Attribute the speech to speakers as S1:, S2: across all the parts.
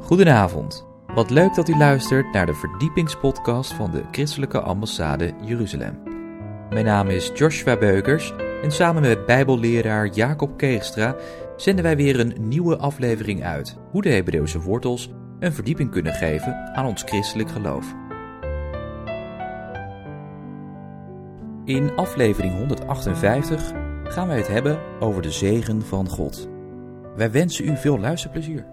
S1: Goedenavond. Wat leuk dat u luistert naar de verdiepingspodcast van de Christelijke Ambassade Jeruzalem. Mijn naam is Joshua Beukers en samen met bijbelleraar Jacob Keegstra zenden wij weer een nieuwe aflevering uit hoe de Hebreeuwse wortels een verdieping kunnen geven aan ons christelijk geloof. In aflevering 158 gaan wij het hebben over de zegen van God. Wij wensen u veel luisterplezier.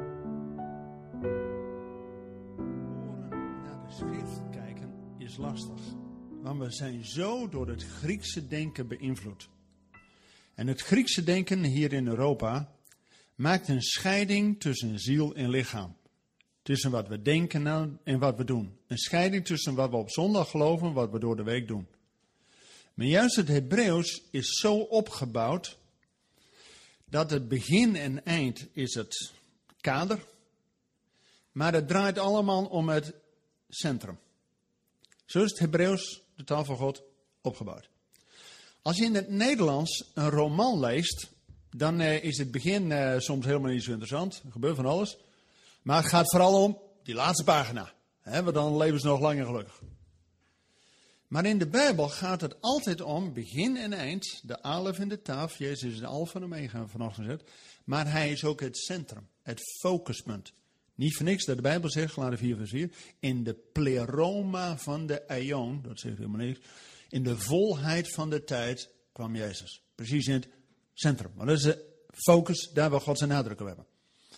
S2: Naar de schrift kijken is lastig, want we zijn zo door het Griekse denken beïnvloed. En het Griekse denken hier in Europa maakt een scheiding tussen ziel en lichaam. Tussen wat we denken en wat we doen. Een scheiding tussen wat we op zondag geloven en wat we door de week doen. Maar juist het Hebreeuws is zo opgebouwd dat het begin en eind is het kader, maar het draait allemaal om het centrum. Zo is het Hebreeuws, de taal van God, opgebouwd. Als je in het Nederlands een roman leest, dan is het begin soms helemaal niet zo interessant. Er gebeurt van alles. Maar het gaat vooral om die laatste pagina. Want dan leven ze nog lang en gelukkig. Maar in de Bijbel gaat het altijd om begin en eind. De alef en de taf. Jezus is de alfa en omega vanochtend gezet. Maar hij is ook het centrum. Het focuspunt. Niet voor niks dat de Bijbel zegt, Galaten 4 vers 4. In de pleroma van de aion. Dat zegt helemaal niks. In de volheid van de tijd kwam Jezus. Precies in het centrum. Maar dat is de focus, daar waar God zijn nadruk op hebben.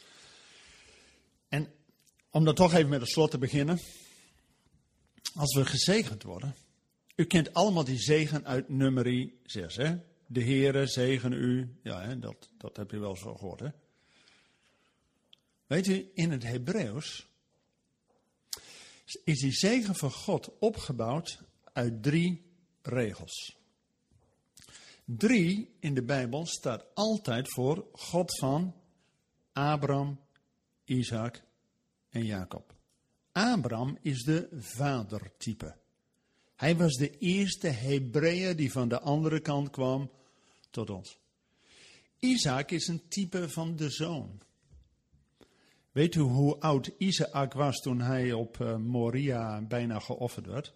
S2: En om dan toch even met het slot te beginnen. Als we gezegend worden. U kent allemaal die zegen uit Numeri 6. Hè? De Heere zegen u. Ja, hè, dat heb je wel zo gehoord. Hè? Weet u, in het Hebreeuws is die zegen van God opgebouwd uit 3 regels. 3 in de Bijbel staat altijd voor God van Abraham, Isaac en Jacob. Abraham is de vadertype. Hij was de eerste Hebreeër die van de andere kant kwam tot ons. Isaac is een type van de zoon. Weet u hoe oud Isaac was toen hij op Moria bijna geofferd werd?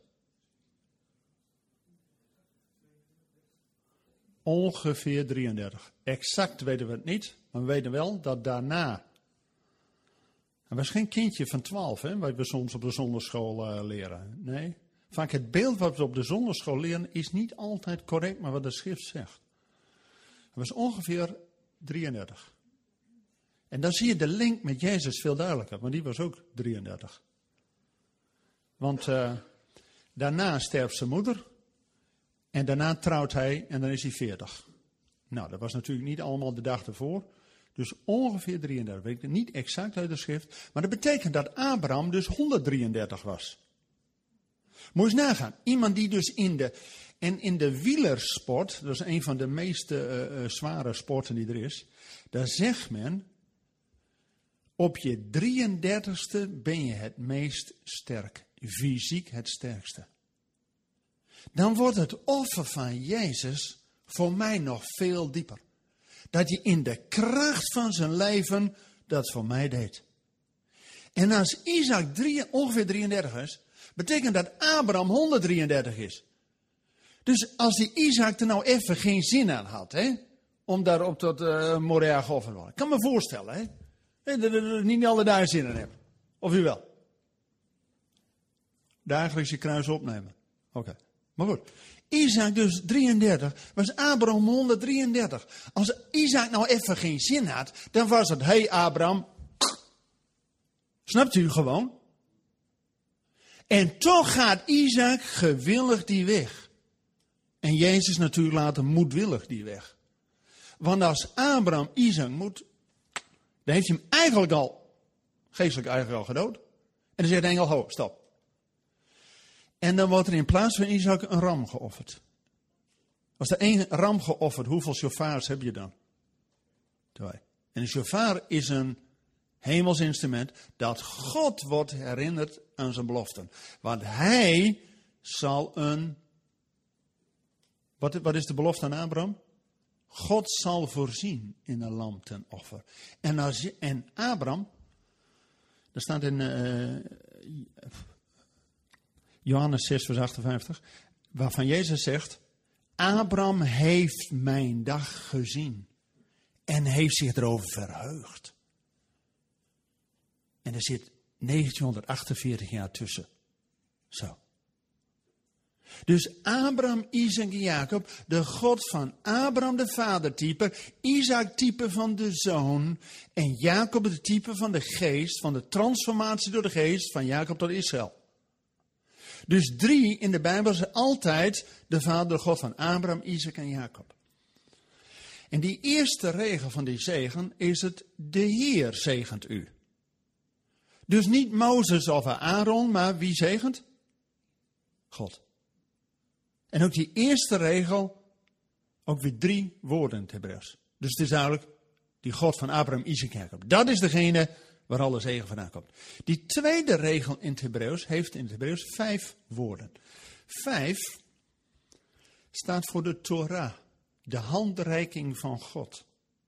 S2: Ongeveer 33. Exact weten we het niet, maar we weten wel dat daarna. Hij was geen kindje van 12, hè, wat we soms op de zonderschool leren. Nee, vaak het beeld wat we op de zonderschool leren is niet altijd correct, maar wat de schrift zegt. Hij was ongeveer 33. En dan zie je de link met Jezus veel duidelijker, want die was ook 33. Want daarna sterft zijn moeder en daarna trouwt hij en dan is hij 40. Nou, dat was natuurlijk niet allemaal de dag ervoor. Dus ongeveer 33, weet ik niet exact uit de schrift. Maar dat betekent dat Abraham dus 133 was. Moet je eens nagaan. Iemand die dus in de wielersport, dat is een van de meest zware sporten die er is. Daar zegt men, op je 33ste ben je het meest sterk. Fysiek het sterkste. Dan wordt het offer van Jezus voor mij nog veel dieper. Dat je in de kracht van zijn leven dat voor mij deed. En als Isaac ongeveer 33 is, betekent dat Abraham 133 is. Dus als die Isaac er nou even geen zin aan had, hè, om daar op dat Moria geofferd te worden. Ik kan me voorstellen, hè. Dat er niet alle dagen zin aan hebben. Of u wel? Dagelijks je kruis opnemen. Oké. Maar goed. Isaac dus 33, was Abraham 133. Als Isaac nou even geen zin had, dan was het, hey Abraham, snapt u gewoon? En toch gaat Isaac gewillig die weg. En Jezus natuurlijk later moedwillig die weg. Want als Abraham Isaac moet, dan heeft hij hem eigenlijk al, geestelijk eigenlijk al gedood. En dan zegt de engel, ho, stop. En dan wordt er in plaats van Isaac een ram geofferd. Als er 1 ram geofferd, hoeveel shofars heb je dan? 2. En een shofar is een hemels instrument dat God wordt herinnerd aan zijn beloften. Want hij zal Wat is de belofte aan Abraham? God zal voorzien in een lam ten offer. En Abraham Er staat in Johannes 6 vers 58, waarvan Jezus zegt, Abraham heeft mijn dag gezien en heeft zich erover verheugd. En er zit 1948 jaar tussen. Zo. Dus Abraham, Isaac en Jacob, de God van Abraham de vadertype, Isaac type van de zoon en Jacob de type van de geest, van de transformatie door de geest van Jacob tot Israël. Dus 3 in de Bijbel is altijd de vader, de God van Abraham, Isaac en Jacob. En die eerste regel van die zegen is het, de Heer zegent u. Dus niet Mozes of Aaron, maar wie zegent? God. En ook die eerste regel, ook weer 3 woorden in het Hebreeuws. Dus het is duidelijk, die God van Abraham, Isaac en Jacob. Dat is degene waar alle zegen vandaan komt. Die tweede regel in het Hebreeuws heeft in het Hebreeuws 5 woorden. 5 staat voor de Torah, de handreiking van God.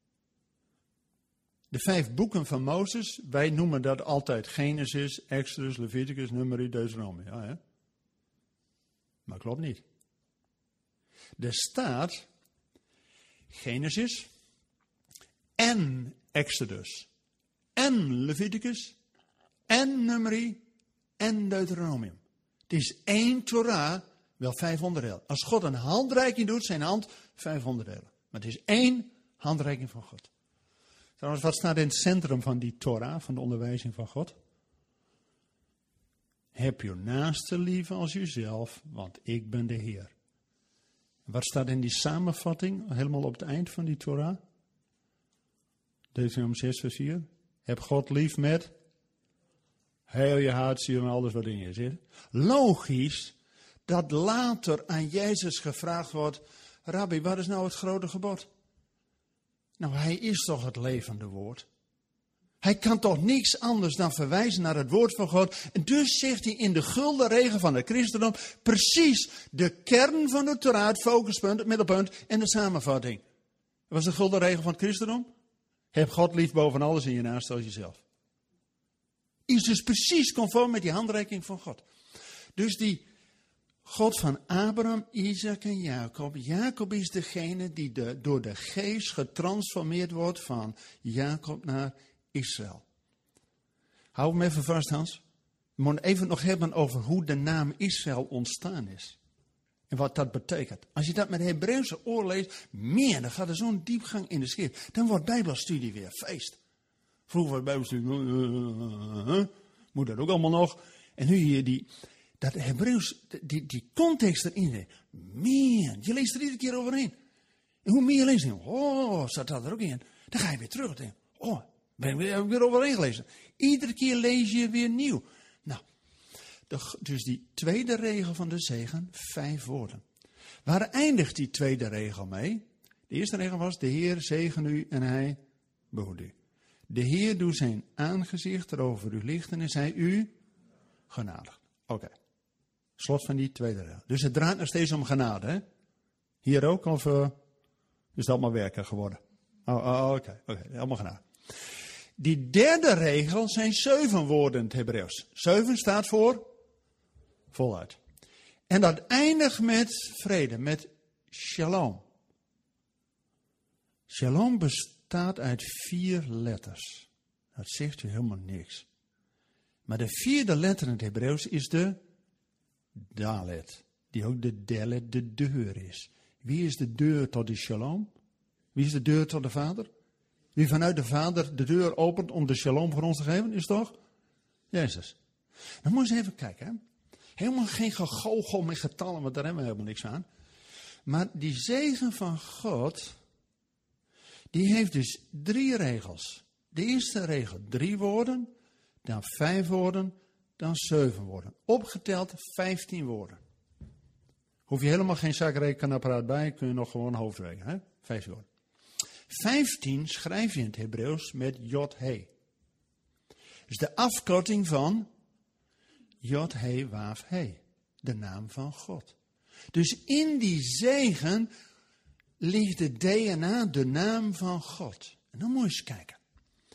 S2: De 5 boeken van Mozes, wij noemen dat altijd Genesis, Exodus, Leviticus, Numeri, Deuteronomie. Ja, hè? Maar klopt niet. Er staat Genesis en Exodus en Leviticus en Numeri en Deuteronomium. Het is 1 Torah, wel 5 onderdelen. Als God een handreiking doet, zijn hand 5 onderdelen. Maar het is 1 handreiking van God. Trouwens, wat staat in het centrum van die Torah, van de onderwijzing van God? Heb je naaste lief als jezelf, want ik ben de Heer. Wat staat in die samenvatting, helemaal op het eind van die Torah? Deuteronomium 6 vers 4. Heb God lief met heel je hart, ziel en alles wat in je zit. Logisch dat later aan Jezus gevraagd wordt, Rabbi, wat is nou het grote gebod? Nou, hij is toch het levende woord. Hij kan toch niks anders dan verwijzen naar het woord van God. En dus zegt hij in de gulden regel van het christendom precies de kern van de Torah, het focuspunt, het middelpunt en de samenvatting. Dat was de gulden regel van het christendom. Heb God lief boven alles en je naaste als jezelf. Is dus precies conform met die handreiking van God. Dus die God van Abraham, Isaac en Jacob. Jacob is degene die door de geest getransformeerd wordt van Jacob naar Israël. Hou hem even vast, Hans. We moeten even nog hebben over hoe de naam Israël ontstaan is. En wat dat betekent. Als je dat met Hebreeuwse oor leest, dan gaat er zo'n diepgang in de schrift. Dan wordt Bijbelstudie weer feest. Vroeger was Bijbelstudie, moet dat ook allemaal nog. En nu hier dat Hebreeuws, die context erin. Je leest er iedere keer overheen. En hoe meer je leest, staat dat er ook in. Dan ga je weer terug. Heb ik weer overheen gelezen. Iedere keer lees je weer nieuw. Nou, dus die tweede regel van de zegen, 5 woorden. Waar eindigt die tweede regel mee? De eerste regel was, de Heer zegen u en hij behoedt u. De Heer doet zijn aangezicht erover u lichten en is hij u genadig. Oké. Slot van die tweede regel. Dus het draait nog steeds om genade, hè? Hier ook, of is dat maar werken geworden? Oké, allemaal genade. Die derde regel zijn 7 woorden in het Hebreeuws. 7 staat voor voluit. En dat eindigt met vrede, met shalom. Shalom bestaat uit 4 letters. Dat zegt u helemaal niks. Maar de 4e letter in het Hebreeuws is de dalet. Die ook de delet, de deur is. Wie is de deur tot de shalom? Wie is de deur tot de Vader? Wie vanuit de Vader de deur opent om de shalom voor ons te geven, is toch Jezus. Dan moet je eens even kijken. Hè? Helemaal geen gegoochel met getallen, want daar hebben we helemaal niks aan. Maar die zegen van God, die heeft dus 3 regels. De eerste regel 3 woorden, dan 5 woorden, dan 7 woorden. Opgeteld 15 woorden. Hoef je helemaal geen zakrekenapparaat bij, kun je nog gewoon hoofdrekenen. Hè? 15 woorden. 15 schrijf je in het Hebreeuws met Jod-He. Dus de afkorting van Jod-He-Waaf-He. De naam van God. Dus in die zegen ligt het DNA, de naam van God. En dan moet je eens kijken.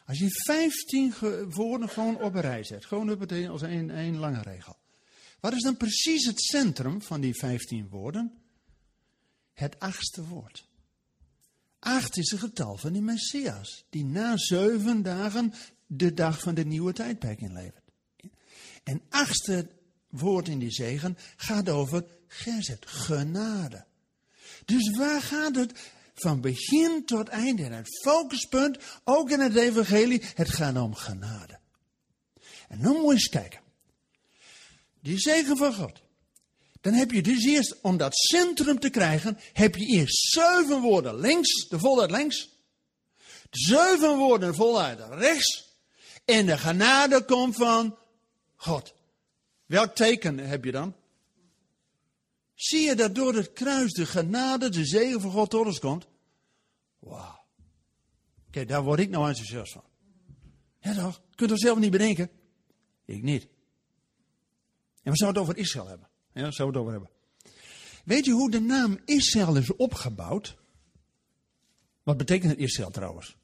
S2: Als je 15 woorden gewoon op een rij zet, gewoon op het als één lange regel. Wat is dan precies het centrum van die 15 woorden? Het 8e woord. 8 is het getal van die Messias, die na 7 dagen de dag van de nieuwe tijdperk inlevert. En 8e woord in die zegen gaat over gezet, genade. Dus waar gaat het van begin tot einde? En het focuspunt, ook in het evangelie, het gaat om genade. En nu moet je eens kijken. Die zegen van God. Dan heb je dus eerst, om dat centrum te krijgen, heb je eerst 7 woorden links, de voluit links. 7 woorden voluit rechts. En de genade komt van God. Welk teken heb je dan? Zie je dat door het kruis de genade, de zegen van God tot ons komt? Wauw. Kijk, daar word ik nou enthousiast van. Ja toch? Kunt u zelf niet bedenken? Ik niet. En we zouden het over Israël hebben. Ja, daar zouden we het over hebben. Weet je hoe de naam Israël is opgebouwd? Wat betekent het Israël trouwens?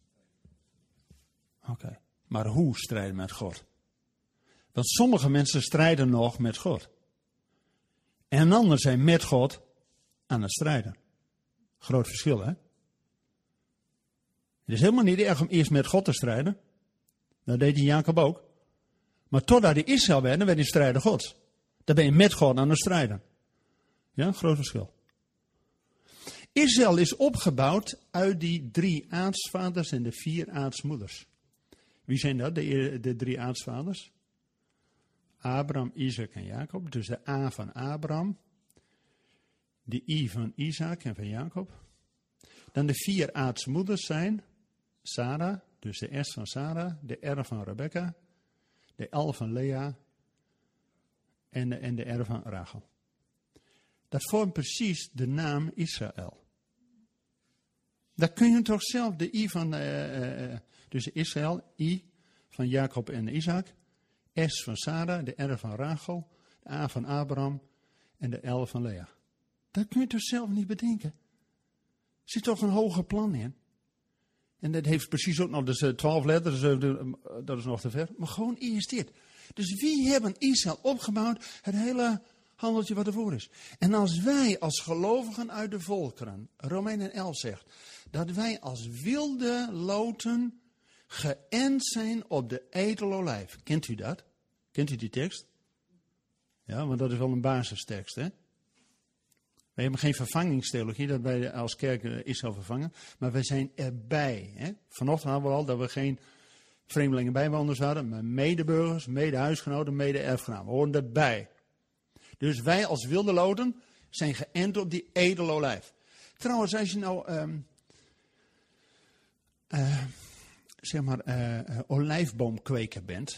S2: Oké. Maar hoe strijden met God? Want sommige mensen strijden nog met God. En anderen zijn met God aan het strijden. Groot verschil, hè? Het is helemaal niet erg om eerst met God te strijden. Dat deed die Jacob ook. Maar totdat die Israël werden, werd die strijder Gods. Dan ben je met God aan het strijden. Ja, groot verschil. Israël is opgebouwd uit die 3 aartsvaders en de 4 aartsmoeders. Wie zijn dat, de 3 aartsvaders? Abraham, Isaac en Jacob. Dus de A van Abraham. De I van Isaac en van Jacob. Dan de 4 aartsmoeders zijn Sarah, dus de S van Sarah, de R van Rebecca, de L van Lea en de R van Rachel. Dat vormt precies de naam Israël. Daar kun je toch zelf de I van, dus Israël, I van Jacob en Isaac, S van Sarah, de R van Rachel, de A van Abraham en de L van Lea. Dat kun je toch zelf niet bedenken. Er zit toch een hoger plan in. En dat heeft precies ook nog, dus 12 letters, dat is nog te ver. Maar gewoon eerst dit. Dus wie hebben Israël opgebouwd? Het hele handeltje wat ervoor is. En als wij als gelovigen uit de volkeren, Romeinen 11 zegt, dat wij als wilde loten geënt zijn op de edelolijf. Kent u dat? Kent u die tekst? Ja, want dat is wel een basistekst, hè? We hebben geen vervangingstheologie, dat wij als kerk Israël vervangen. Maar wij zijn erbij. Hè? Vanochtend hadden we al dat we geen vreemdelingen bijwoners hadden. Maar medeburgers, medehuisgenoten, mede-erfgenamen. We horen erbij. Dus wij als wilde loten zijn geënt op die edele olijf. Trouwens, als je nou olijfboomkweker bent.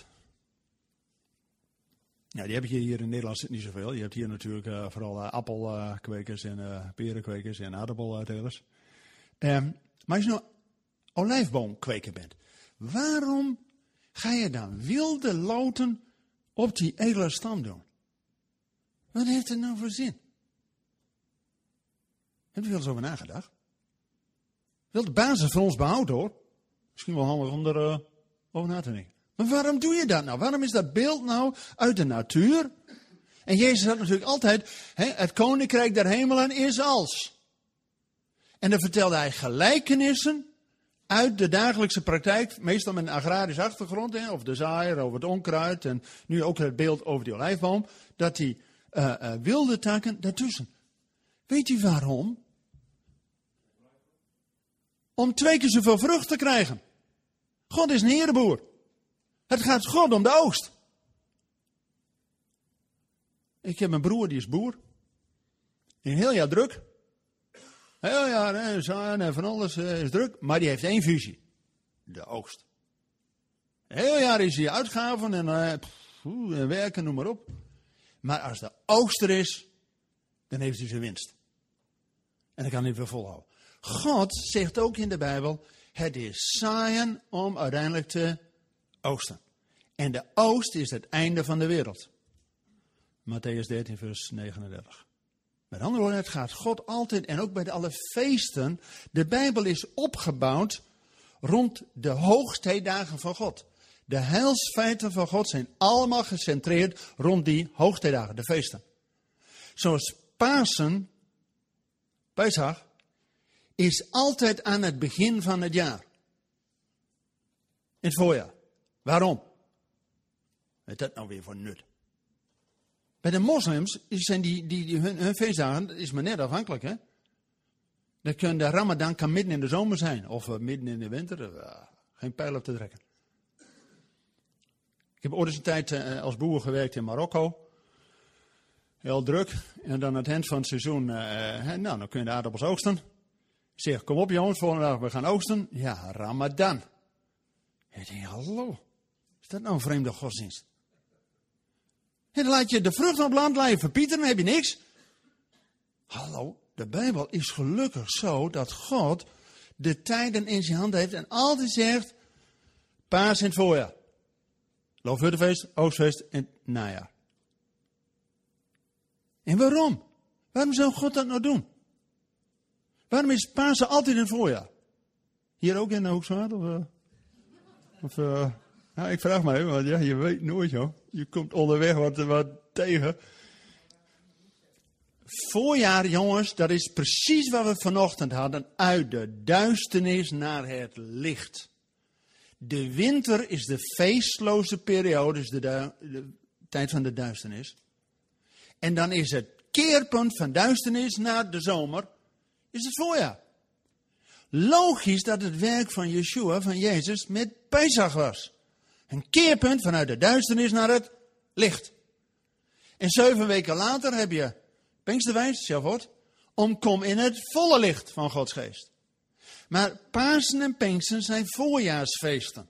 S2: Ja, die heb je hier in Nederland niet zoveel. Je hebt hier natuurlijk vooral appelkwekers en perenkwekers en aardappeltelers. Maar als je nou olijfboomkweker bent, waarom ga je dan wilde loten op die edele stam doen? Wat heeft het nou voor zin? Heb je wel eens over nagedacht? Wil de basis van ons behouden, hoor. Misschien wel handig om erover na te denken. Maar waarom doe je dat nou? Waarom is dat beeld nou uit de natuur? En Jezus had natuurlijk altijd, het koninkrijk der hemelen is als. En dan vertelde hij gelijkenissen uit de dagelijkse praktijk, meestal met een agrarische achtergrond, of de zaaier, over het onkruid, en nu ook het beeld over die olijfboom, dat die wilde takken daartussen. Weet u waarom? Om 2 keer zoveel vrucht te krijgen. God is een herenboer. Het gaat God om de oogst. Ik heb een broer, die is boer. Een heel jaar druk. Heel jaar zaaien en van alles is druk. Maar die heeft 1 visie. De oogst. Heel jaar is hij uitgaven en werken, noem maar op. Maar als de oogst er is, dan heeft hij zijn winst. En dan kan hij weer volhouden. God zegt ook in de Bijbel, het is zaaien om uiteindelijk te oogsten. En de oogst is het einde van de wereld. Matthäus 13, vers 39. Met andere woorden, het gaat God altijd, en ook bij alle feesten, de Bijbel is opgebouwd rond de hoogtijdagen van God. De heilsfeiten van God zijn allemaal gecentreerd rond die hoogtijdagen, de feesten. Zoals Pasen, Pesach, is altijd aan het begin van het jaar. In het voorjaar. Waarom? Wat is dat nou weer voor nut? Bij de moslims zijn hun feestdagen is maar net afhankelijk. Hè? De Ramadan kan midden in de zomer zijn. Of midden in de winter. Geen pijl op te trekken. Ik heb ooit eens een tijd als boer gewerkt in Marokko. Heel druk. En dan aan het eind van het seizoen. Dan kun je de aardappels oogsten. Ik zeg, kom op jongens, volgende dag we gaan oogsten. Ja, Ramadan. En ik denk, hallo. Is dat nou een vreemde godsdienst? En dan laat je de vrucht op land liggen verpieteren, dan heb je niks. Hallo, de Bijbel is gelukkig zo dat God de tijden in zijn hand heeft en altijd zegt, paas in het voorjaar. Loofhuttenfeest, oogstfeest en het najaar. En waarom? Waarom zou God dat nou doen? Waarom is Pasen altijd in het voorjaar? Hier ook in de Hoekswaard? Ja, ik vraag maar even, want ja, je weet nooit joh. Je komt onderweg wat tegen. Voorjaar jongens, dat is precies wat we vanochtend hadden. Uit de duisternis naar het licht. De winter is de feestloze periode, dus de tijd van de duisternis. En dan is het keerpunt van duisternis naar de zomer, is het voorjaar. Logisch dat het werk van Yeshua, van Jezus, met Pesach was. Een keerpunt vanuit de duisternis naar het licht. En 7 weken later heb je Pinksterwijs, Shavuot, kom in het volle licht van Gods geest. Maar Pasen en Pinksteren zijn voorjaarsfeesten.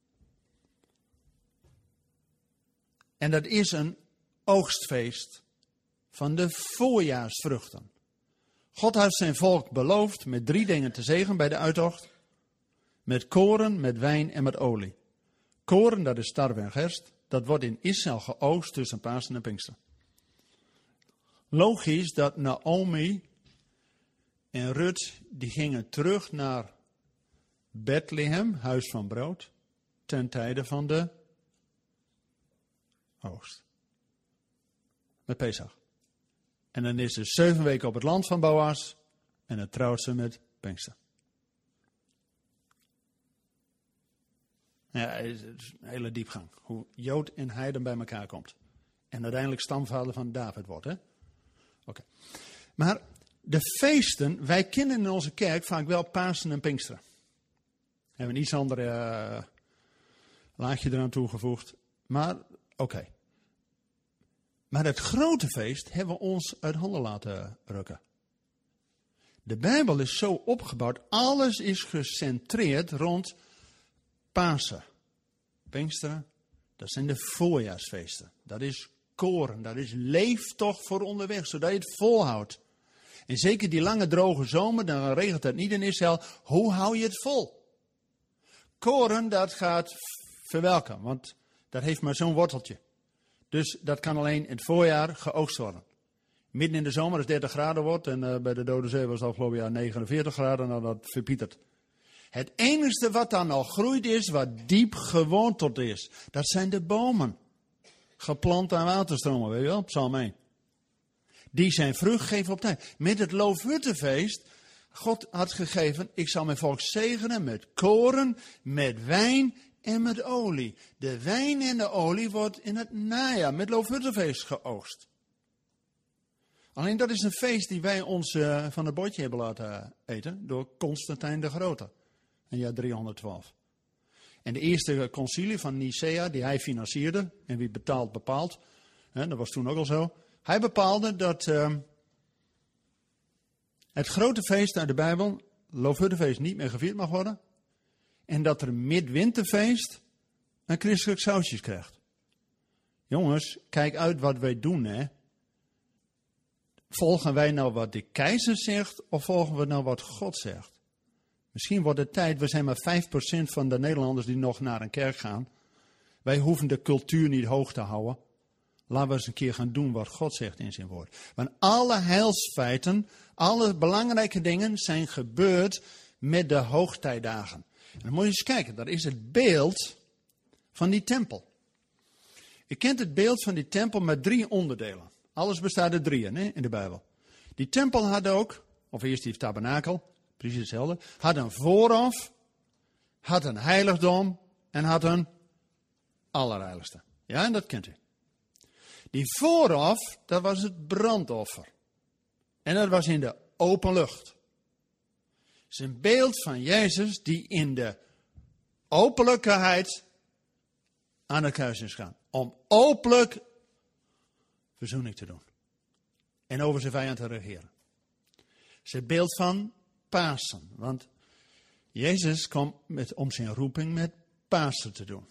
S2: En dat is een oogstfeest van de voorjaarsvruchten. God heeft zijn volk beloofd met 3 dingen te zegenen bij de uittocht. Met koren, met wijn en met olie. Koren, dat is tarwe en gerst. Dat wordt in Israël geoogst tussen Pasen en Pinksteren. Logisch dat Naomi en Rut, die gingen terug naar Bethlehem, huis van brood, ten tijde van de oogst. Met Pesach. En dan is ze 7 weken op het land van Boas en dan trouwt ze met Pinkster. Ja, het is een hele diepgang. Hoe Jood en Heiden bij elkaar komt. En uiteindelijk stamvader van David wordt. Hè? Oké. Maar de feesten, wij kennen in onze kerk vaak wel Pasen en Pinksteren. We hebben een iets andere laagje eraan toegevoegd. Maar oké. Maar het grote feest hebben we ons uit handen laten rukken. De Bijbel is zo opgebouwd, alles is gecentreerd rond Pasen. Pinksteren, dat zijn de voorjaarsfeesten. Dat is koren, dat is leeftocht voor onderweg, zodat je het volhoudt. En zeker die lange droge zomer, dan regent het niet in Israël. Hoe hou je het vol? Koren, dat gaat verwelken, want dat heeft maar zo'n worteltje. Dus dat kan alleen in het voorjaar geoogst worden. Midden in de zomer als het 30 graden wordt. En bij de Dode Zee was het afgelopen jaar 49 graden. Nou, dat verpietert. Het enige wat dan nog groeit is, wat diep geworteld is. Dat zijn de bomen. Geplant aan waterstromen, weet je wel, Psalm 1. Die zijn vrucht geven op tijd. Met het Loofhuttenfeest, God had gegeven, ik zal mijn volk zegenen met koren, met wijn en met olie. De wijn en de olie wordt in het najaar met Loofhuttenfeest geoogst. Alleen dat is een feest die wij ons van het bordje hebben laten eten door Constantijn de Grote. In jaar 312. En de eerste concilie van Nicea, die hij financierde, en wie betaalt bepaalt, dat was toen ook al zo. Hij bepaalde dat het grote feest uit de Bijbel, Loofhuttenfeest, niet meer gevierd mag worden. En dat er midwinterfeest een christelijk sausjes krijgt. Jongens, kijk uit wat wij doen, hè. Volgen wij nou wat de keizer zegt, of volgen we nou wat God zegt? Misschien wordt het tijd, we zijn maar 5% van de Nederlanders die nog naar een kerk gaan. Wij hoeven de cultuur niet hoog te houden. Laten we eens een keer gaan doen wat God zegt in zijn woord. Want alle heilsfeiten, alle belangrijke dingen zijn gebeurd met de hoogtijdagen. En dan moet je eens kijken, dat is het beeld van die tempel. Je kent het beeld van die tempel met 3 onderdelen. Alles bestaat uit 3 in de Bijbel. Die tempel had ook, of eerst die tabernakel, precies hetzelfde, had een voorhof, had een heiligdom en had een allerheiligste. Ja, en dat kent u. Die voorhof, dat was het brandoffer. En dat was in de open lucht. Het is een beeld van Jezus die in de openlijkheid aan het kruis is gaan. Om openlijk verzoening te doen. En over zijn vijand te regeren. Het is het beeld van Pasen. Want Jezus kwam om zijn roeping met Pasen te doen.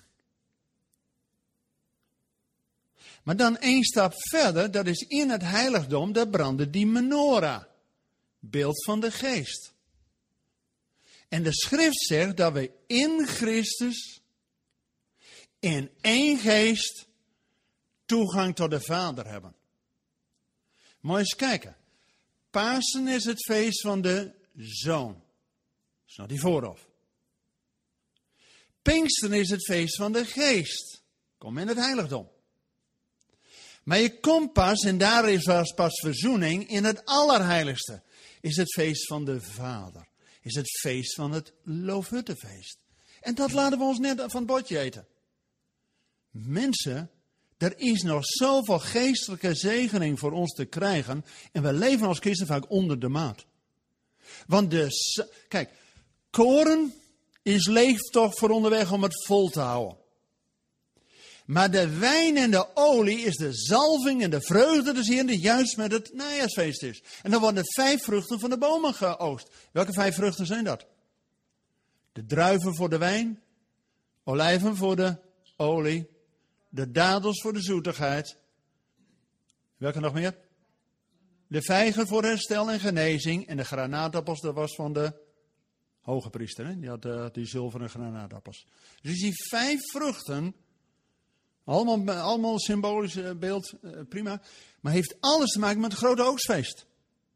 S2: Maar dan 1 stap verder, dat is in het heiligdom, daar brandde die menorah. Beeld van de geest. En de schrift zegt dat we in Christus, in 1 geest, toegang tot de Vader hebben. Moet je eens kijken. Pasen is het feest van de Zoon. Dat is nog die voorhof. Pinksteren is het feest van de Geest. Kom in het heiligdom. Maar je komt pas, en daar is pas verzoening, in het allerheiligste. Is het feest van de Vader. Is het feest van het Loofhuttenfeest. En dat laten we ons net van het bordje eten. Mensen, er is nog zoveel geestelijke zegening voor ons te krijgen. En we leven als christen vaak onder de maat. Want kijk, koren is leeftocht voor onderweg om het vol te houden. Maar de wijn en de olie is de zalving en de vreugde des Heeren die juist met het najaarsfeest is. En dan worden 5 vruchten van de bomen geoogst. Welke 5 vruchten zijn dat? De druiven voor de wijn, olijven voor de olie, de dadels voor de zoetigheid. Welke nog meer? De vijgen voor herstel en genezing en de granaatappels, dat was van de hoge priester. Hè? Die had die zilveren granaatappels. Dus die 5 vruchten, allemaal symbolisch beeld, prima. Maar heeft alles te maken met het grote oogstfeest.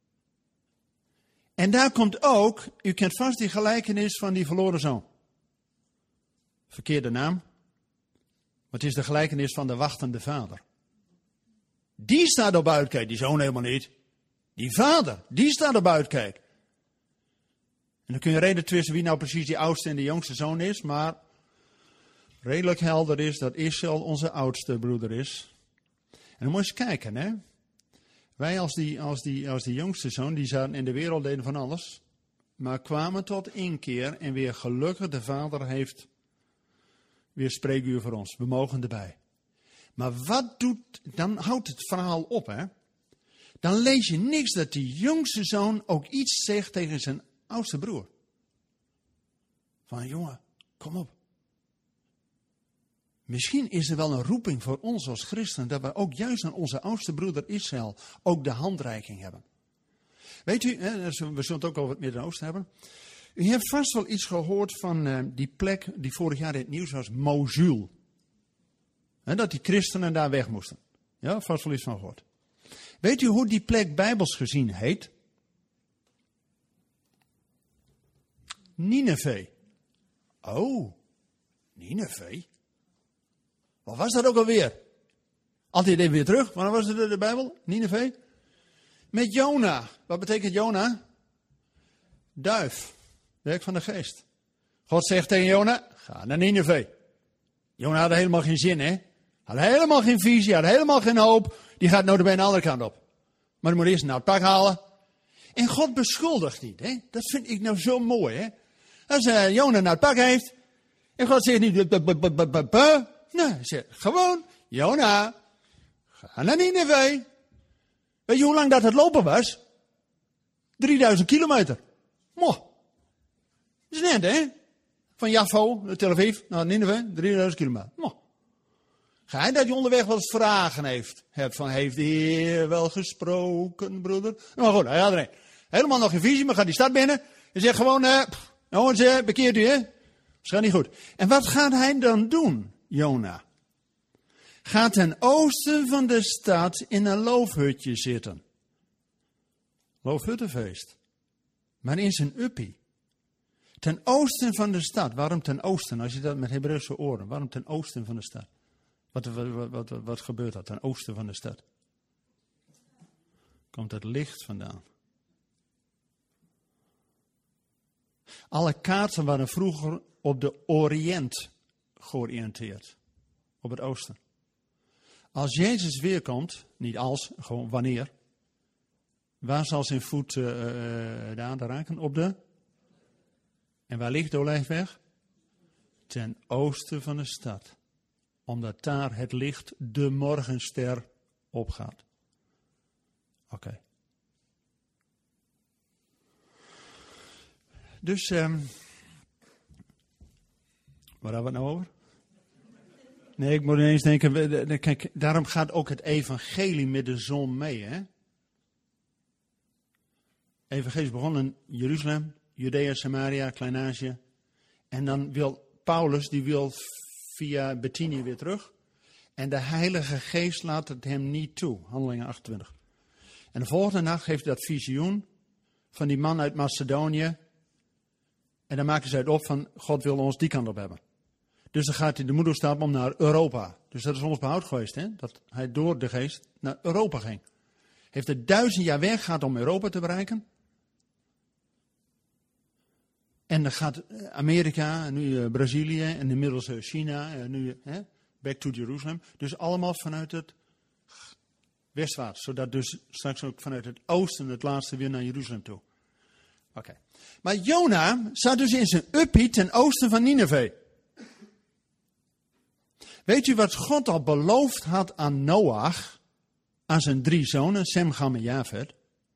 S2: En daar komt ook, u kent vast die gelijkenis van die verloren zoon. Verkeerde naam. Maar het is de gelijkenis van de wachtende vader. Die staat op uitkijk, die zoon helemaal niet. Die vader, die staat op uitkijk. En dan kun je reden twisten wie nou precies die oudste en de jongste zoon is. Maar redelijk helder is dat Israël onze oudste broeder is. En dan moet je eens kijken, hè. Wij als die jongste zoon, die zaten in de wereld, deden van alles. Maar kwamen tot inkeer en weer gelukkig, de vader heeft weer spreekuur voor ons. We mogen erbij. Maar dan houdt het verhaal op, hè. Dan lees je niks dat die jongste zoon ook iets zegt tegen zijn oudste broer. Van jongen, kom op. Misschien is er wel een roeping voor ons als christenen dat we ook juist aan onze oudste broeder Israël ook de handreiking hebben. Weet u, we zullen het ook over het Midden-Oosten hebben. U hebt vast wel iets gehoord van die plek die vorig jaar in het nieuws was, Mosul. Dat die christenen daar weg moesten. Ja, vast wel iets van gehoord. Weet u hoe die plek bijbels gezien heet? Nineve. Oh, Nineve. Wat was dat ook alweer? Altijd even weer terug. Wanneer was het de Bijbel? Nineve? Met Jona. Wat betekent Jona? Duif. Werk van de geest. God zegt tegen Jona, ga naar Nineve. Jona had helemaal geen zin, hè? Had helemaal geen visie, had helemaal geen hoop. Die gaat nou de andere kant op. Maar dan moet eerst naar het pak halen. En God beschuldigt niet, hè? Dat vind ik nou zo mooi, hè? Als Jona naar het pak heeft. En God zegt niet, nee, hij zegt gewoon, Jona, ga naar Nineve. Weet je hoe lang dat het lopen was? 3000 kilometer. Moh. Dat is net, hè? Van Jaffo, Tel Aviv, naar Nineve, 3000 kilometer. Moh. Ga je dat je onderweg wel eens vragen hebt van, heeft de Heer wel gesproken, broeder? Maar goed, hij had er een. Helemaal nog geen visie, maar gaat die stad binnen. En zegt gewoon, jongens, bekeert u, hè? Dat gaat niet goed. En wat gaat hij dan doen, Jona? Gaat ten oosten van de stad in een loofhutje zitten. Loofhuttenfeest. Maar in zijn uppie. Ten oosten van de stad. Waarom ten oosten? Als je dat met Hebreeuwse oren. Waarom ten oosten van de stad? Wat gebeurt er ten oosten van de stad? Komt het licht vandaan. Alle kaarten waren vroeger op de Oriënt georiënteerd. Op het oosten. Als Jezus weerkomt, niet als, gewoon wanneer. Waar zal zijn voet de aarde raken? Op de? En waar ligt de Olijfweg? Ten oosten van de stad. Omdat daar het licht, de morgenster, opgaat. Oké. Dus, waar hebben we het nou over? Nee, ik moet ineens denken, kijk, daarom gaat ook het evangelie met de zon mee, hè? Evangelie is begonnen in Jeruzalem, Judea, Samaria, Klein-Azië. En dan wil Paulus, die wil via Bithynië weer terug. En de Heilige Geest laat het hem niet toe, Handelingen 28. En de volgende nacht geeft hij dat visioen van die man uit Macedonië. En dan maken ze het op van, God wil ons die kant op hebben. Dus dan gaat hij de moed stappen om naar Europa. Dus dat is ons behoud geweest, hè? Dat hij door de geest naar Europa ging. Heeft er 1000 jaar weg gehad om Europa te bereiken. En dan gaat Amerika, en nu Brazilië, en inmiddels China, en nu back to Jerusalem. Dus allemaal vanuit het westwaarts. Zodat dus straks ook vanuit het oosten het laatste weer naar Jeruzalem toe. Oké. Maar Jona zat dus in zijn uppie ten oosten van Nineve. Weet u wat God al beloofd had aan Noach, aan zijn 3 zonen, Sem, Cham en Jafet?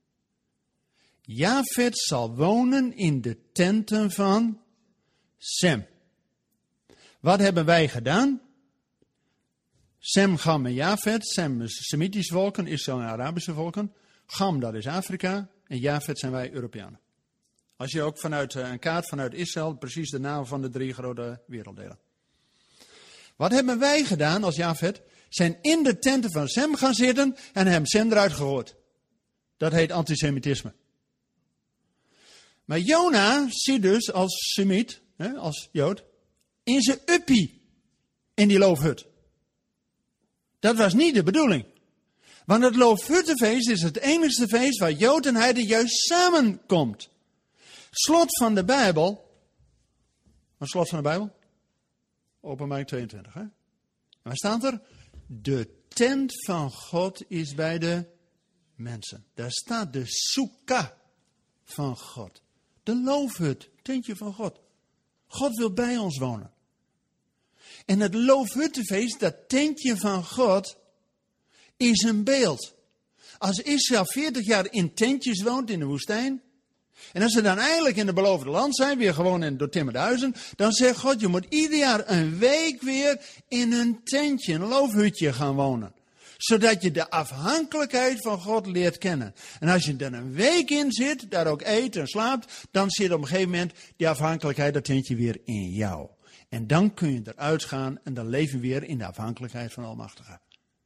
S2: Jafet zal wonen in de tenten van Sem. Wat hebben wij gedaan? Sem, Cham en Jafet. Sem is Semitische volken, Israël en Arabische volken. Cham, dat is Afrika. En Jafet zijn wij Europeanen. Als je ook vanuit een kaart vanuit Israël precies de naam van de 3 grote werelddelen. Wat hebben wij gedaan als Jafet? Zijn in de tenten van Sem gaan zitten en hem Sem eruit gegooid. Dat heet antisemitisme. Maar Jona zit dus als Semiet, als Jood, in zijn uppie in die loofhut. Dat was niet de bedoeling. Want het loofhuttenfeest is het enigste feest waar Jood en Heiden juist samenkomt. Slot van de Bijbel. Wat slot van de Bijbel? Openbaring 22. Hè? En waar staat er? De tent van God is bij de mensen. Daar staat de sukkah van God. De loofhut, tentje van God. God wil bij ons wonen. En het loofhuttenfeest, dat tentje van God, is een beeld. Als Israël 40 jaar in tentjes woont in de woestijn, en als ze dan eindelijk in het beloofde land zijn, weer gewoon in doortimmerde huizen, dan zegt God, je moet ieder jaar een week weer in een tentje, een loofhutje gaan wonen. Zodat je de afhankelijkheid van God leert kennen. En als je er een week in zit, daar ook eet en slaapt, dan zit op een gegeven moment die afhankelijkheid, dat tentje weer in jou. En dan kun je eruit gaan en dan leef je weer in de afhankelijkheid van de Almachtige.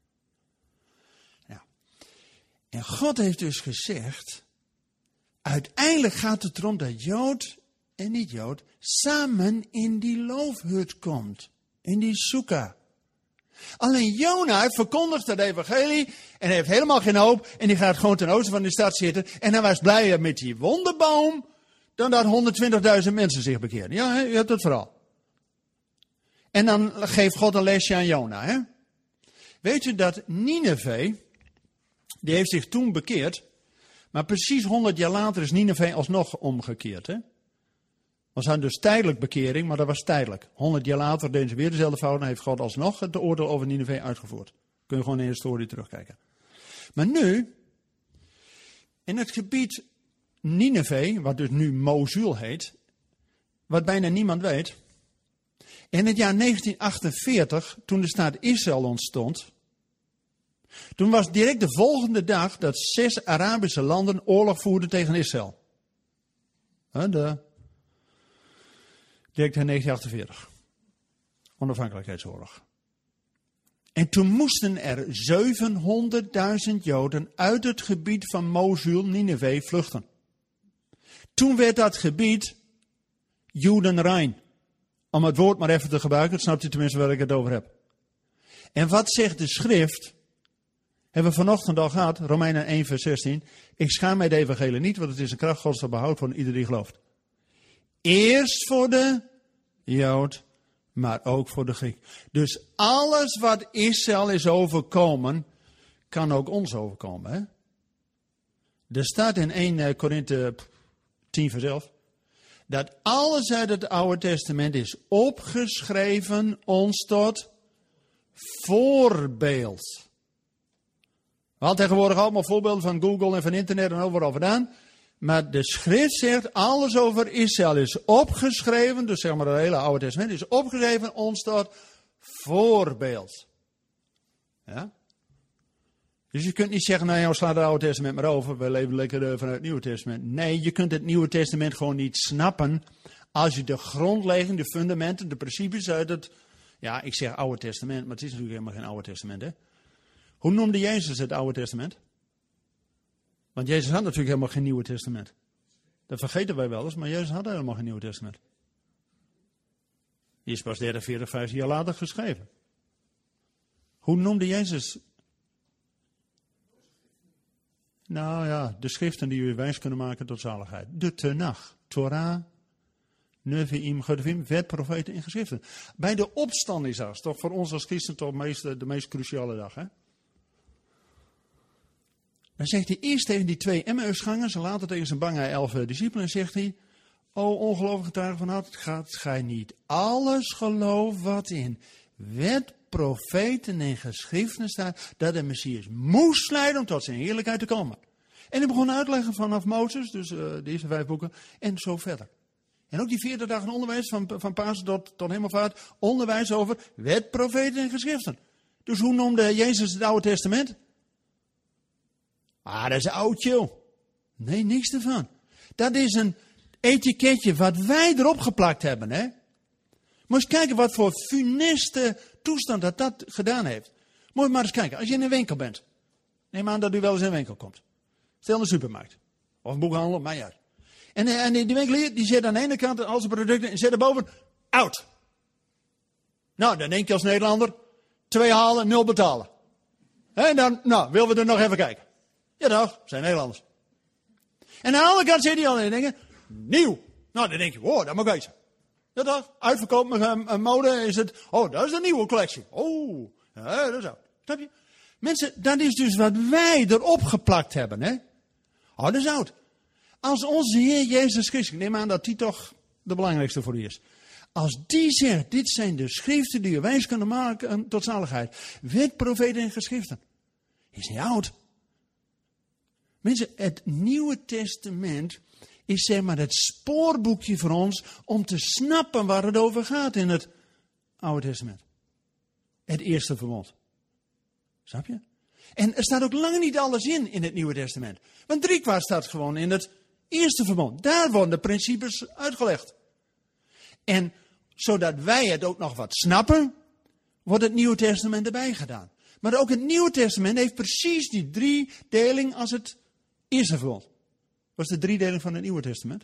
S2: Ja. En God heeft dus gezegd, uiteindelijk gaat het erom dat Jood en niet-Jood samen in die loofhut komt. In die sukkah. Alleen Jona verkondigt het evangelie en hij heeft helemaal geen hoop. En die gaat gewoon ten oosten van de stad zitten. En hij was blijer met die wonderboom dan dat 120.000 mensen zich bekeerden. Ja, je hebt het vooral. En dan geeft God een lesje aan Jona. Hè? Weet u dat Nineve, die heeft zich toen bekeerd. Maar precies 100 jaar later is Nineve alsnog omgekeerd. Hè? Was hij dus tijdelijk bekering, maar dat was tijdelijk. 100 jaar later deden ze weer dezelfde fout en heeft God alsnog het oordeel over Nineve uitgevoerd. Kun je gewoon in de historie terugkijken. Maar nu, in het gebied Nineve, wat dus nu Mosul heet, wat bijna niemand weet. In het jaar 1948, toen de staat Israël ontstond, toen was direct de volgende dag dat 6 Arabische landen oorlog voerden tegen Israël. Direct in 1948. Onafhankelijkheidsoorlog. En toen moesten er 700.000 Joden uit het gebied van Mosul, Nineve, vluchten. Toen werd dat gebied Judenrein. Om het woord maar even te gebruiken, dan snapt u tenminste waar ik het over heb. En wat zegt de schrift? Hebben we vanochtend al gehad, Romeinen 1 vers 16. Ik schaam mij de evangelie niet, want het is een kracht Gods tot behoud van ieder die gelooft. Eerst voor de Jood, maar ook voor de Griek. Dus alles wat Israël is overkomen, kan ook ons overkomen. Hè? Er staat in 1 Korinthe 10 vers 11. Dat alles uit het Oude Testament is opgeschreven ons tot voorbeeld. We hadden tegenwoordig allemaal voorbeelden van Google en van internet en overal vandaan. Maar de schrift zegt, alles over Israël is opgeschreven, dus zeg maar het hele Oude Testament is opgeschreven ons tot voorbeeld. Ja? Dus je kunt niet zeggen, nou ja, sla het Oude Testament maar over, we leven lekker vanuit het Nieuwe Testament. Nee, je kunt het Nieuwe Testament gewoon niet snappen als je de grondlegging, de fundamenten, de principes uit het, ja, ik zeg Oude Testament, maar het is natuurlijk helemaal geen Oude Testament, hè. Hoe noemde Jezus het Oude Testament? Want Jezus had natuurlijk helemaal geen Nieuwe Testament. Dat vergeten wij wel eens, maar Jezus had helemaal geen Nieuwe Testament. Die is pas 30, 40, 50 jaar later geschreven. Hoe noemde Jezus? Nou ja, de schriften die u wijs kunnen maken tot zaligheid. De Tenach, Torah, Nevi'im, Geduvim, wet, profeten en geschriften. Bij de opstanding is dat toch voor ons als christen toch de meest cruciale dag, hè? Dan zegt hij eerst tegen die 2 Emmausgangers en later tegen zijn bange 11 discipelen. Zegt hij, o ongelovige getuigen van hart, gaat gij niet alles geloven wat in wet, profeten en geschriften staat, dat de Messias moest lijden om tot zijn heerlijkheid te komen. En hij begon uit te leggen vanaf Mozes, dus de eerste 5 boeken, en zo verder. En ook die 40 dagen onderwijs van Pasen tot Hemelvaart, onderwijs over wet, profeten en geschriften. Dus hoe noemde Jezus het Oude Testament? Ah, dat is oud, joh. Nee, niks ervan. Dat is een etiketje wat wij erop geplakt hebben, hè. Moet eens kijken wat voor funeste toestand dat gedaan heeft. Moet je maar eens kijken. Als je in een winkel bent. Neem aan dat u wel eens in een winkel komt. Stel in de supermarkt. Of een boekhandel, maar ja. En die winkelier die zet aan de ene kant al zijn producten en zet erboven oud. Nou, dan denk je als Nederlander. 2 halen, 0 betalen. En dan, nou, willen we er nog even kijken. Ja toch, zijn Nederlanders. En aan de andere kant zit hij al en denken, nieuw. Nou, dan denk je, wow, dat mag wezen. Ja toch, uitverkoop met mode is het, oh, dat is een nieuwe collectie. Oh, ja, dat is oud. Snap je? Mensen, dat is dus wat wij erop geplakt hebben, hè. Oh, dat is oud. Als onze Heer Jezus Christus, ik neem aan dat die toch de belangrijkste voor u is. Als die zegt, dit zijn de schriften die je wijs kunnen maken tot zaligheid. Wet, profeten en geschriften. Is niet oud. Mensen, het Nieuwe Testament is zeg maar het spoorboekje voor ons om te snappen waar het over gaat in het Oude Testament. Het eerste verbond. Snap je? En er staat ook lang niet alles in het Nieuwe Testament. Want 3/4 staat gewoon in het eerste verbond. Daar worden de principes uitgelegd. En zodat wij het ook nog wat snappen, wordt het Nieuwe Testament erbij gedaan. Maar ook het Nieuwe Testament heeft precies die 3-deling als het eerste verbond. Wat is de 3-deling van het Nieuwe Testament?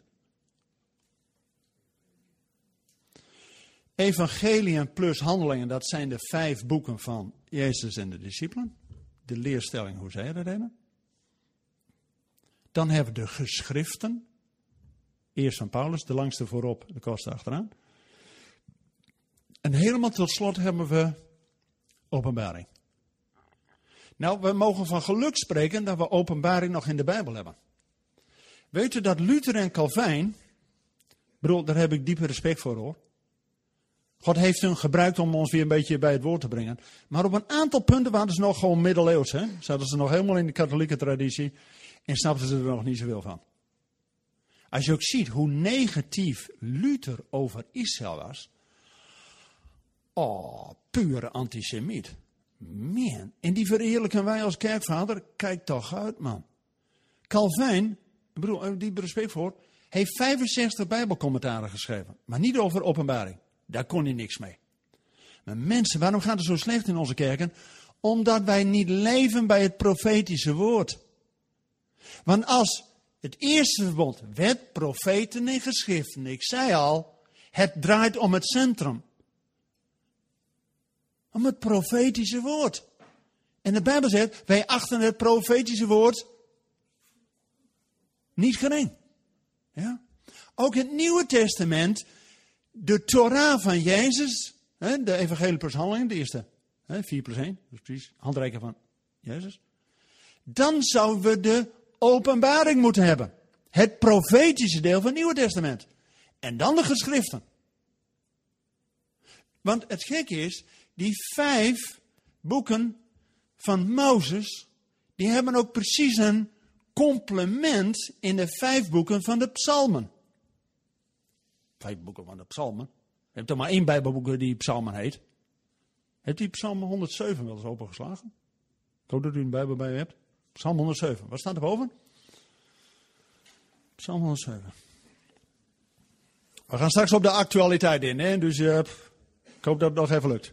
S2: Evangeliën plus handelingen, dat zijn de 5 boeken van Jezus en de discipelen. De leerstelling hoe zij dat hebben. Dan hebben we de geschriften. Eerst van Paulus, de langste voorop, de kortste achteraan. En helemaal tot slot hebben we Openbaring. Nou, we mogen van geluk spreken dat we Openbaring nog in de Bijbel hebben. Weet u dat Luther en Calvijn, bedoel, daar heb ik diepe respect voor hoor. God heeft hun gebruikt om ons weer een beetje bij het woord te brengen. Maar op een aantal punten waren ze nog gewoon middeleeuws. Hè? Zaten ze nog helemaal in de katholieke traditie en snapten ze er nog niet zoveel van. Als je ook ziet hoe negatief Luther over Israël was. Oh, pure antisemiet. Man, en die verheerlijken wij als kerkvader. Kijk toch uit, man. Calvijn, ik bedoel, die respect voor, heeft 65 Bijbelcommentaren geschreven. Maar niet over Openbaring. Daar kon hij niks mee. Maar mensen, waarom gaat het zo slecht in onze kerken? Omdat wij niet leven bij het profetische woord. Want als het eerste verbond, wet, profeten en geschriften, ik zei al, Het draait om het centrum. Om het profetische woord. En de Bijbel zegt, wij achten het profetische woord niet gering. Ja? Ook het Nieuwe Testament, de Torah van Jezus, de evangelie plus handeling, de eerste 4+1, dus precies, handreiking van Jezus. Dan zouden we de openbaring moeten hebben. Het profetische deel van het Nieuwe Testament. En dan de geschriften. Want het gekke is, die 5 boeken van Mozes, die hebben ook precies een complement in de 5 boeken van de psalmen. 5 boeken van de psalmen. Je hebt er maar 1 Bijbelboek die psalmen heet. Hebt u psalm 107 wel eens opengeslagen? Ik hoop dat u een Bijbel bij u hebt. Psalm 107. Wat staat er boven? Psalm 107. We gaan straks op de actualiteit in, hè? Dus ik hoop dat het nog even lukt.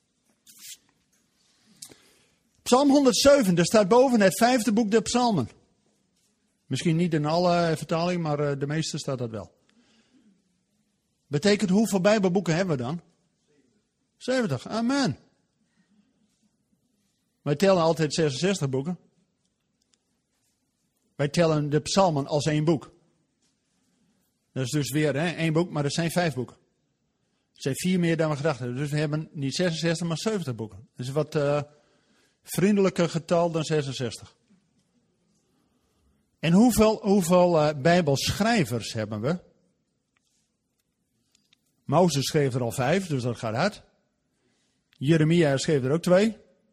S2: Psalm 107, daar staat boven het 5e boek der psalmen. Misschien niet in alle vertalingen, maar de meeste staat dat wel. Betekent hoeveel Bijbelboeken hebben we dan? 70, amen. Wij tellen altijd 66 boeken. Wij tellen de psalmen als 1 boek. Dat is dus weer 1 boek, maar er zijn 5 boeken. Er zijn 4 meer dan we gedacht hebben. Dus we hebben niet 66, maar 70 boeken. Dat is een wat vriendelijker getal dan 66. En hoeveel Bijbelschrijvers hebben we? Mozes schreef er al 5, dus dat gaat hard. Jeremia schreef er ook 2.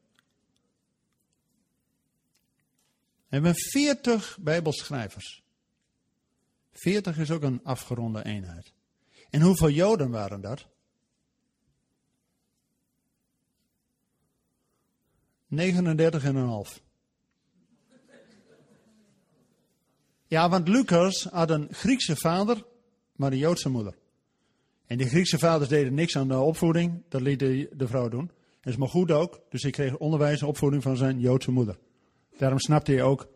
S2: We hebben 40 Bijbelschrijvers. 40 is ook een afgeronde eenheid. En hoeveel Joden waren dat? 39,5. Ja, want Lucas had een Griekse vader, maar een Joodse moeder. En die Griekse vaders deden niks aan de opvoeding, dat liet de vrouw doen. Dat is maar goed ook, dus hij kreeg onderwijs en opvoeding van zijn Joodse moeder. Daarom snapte hij ook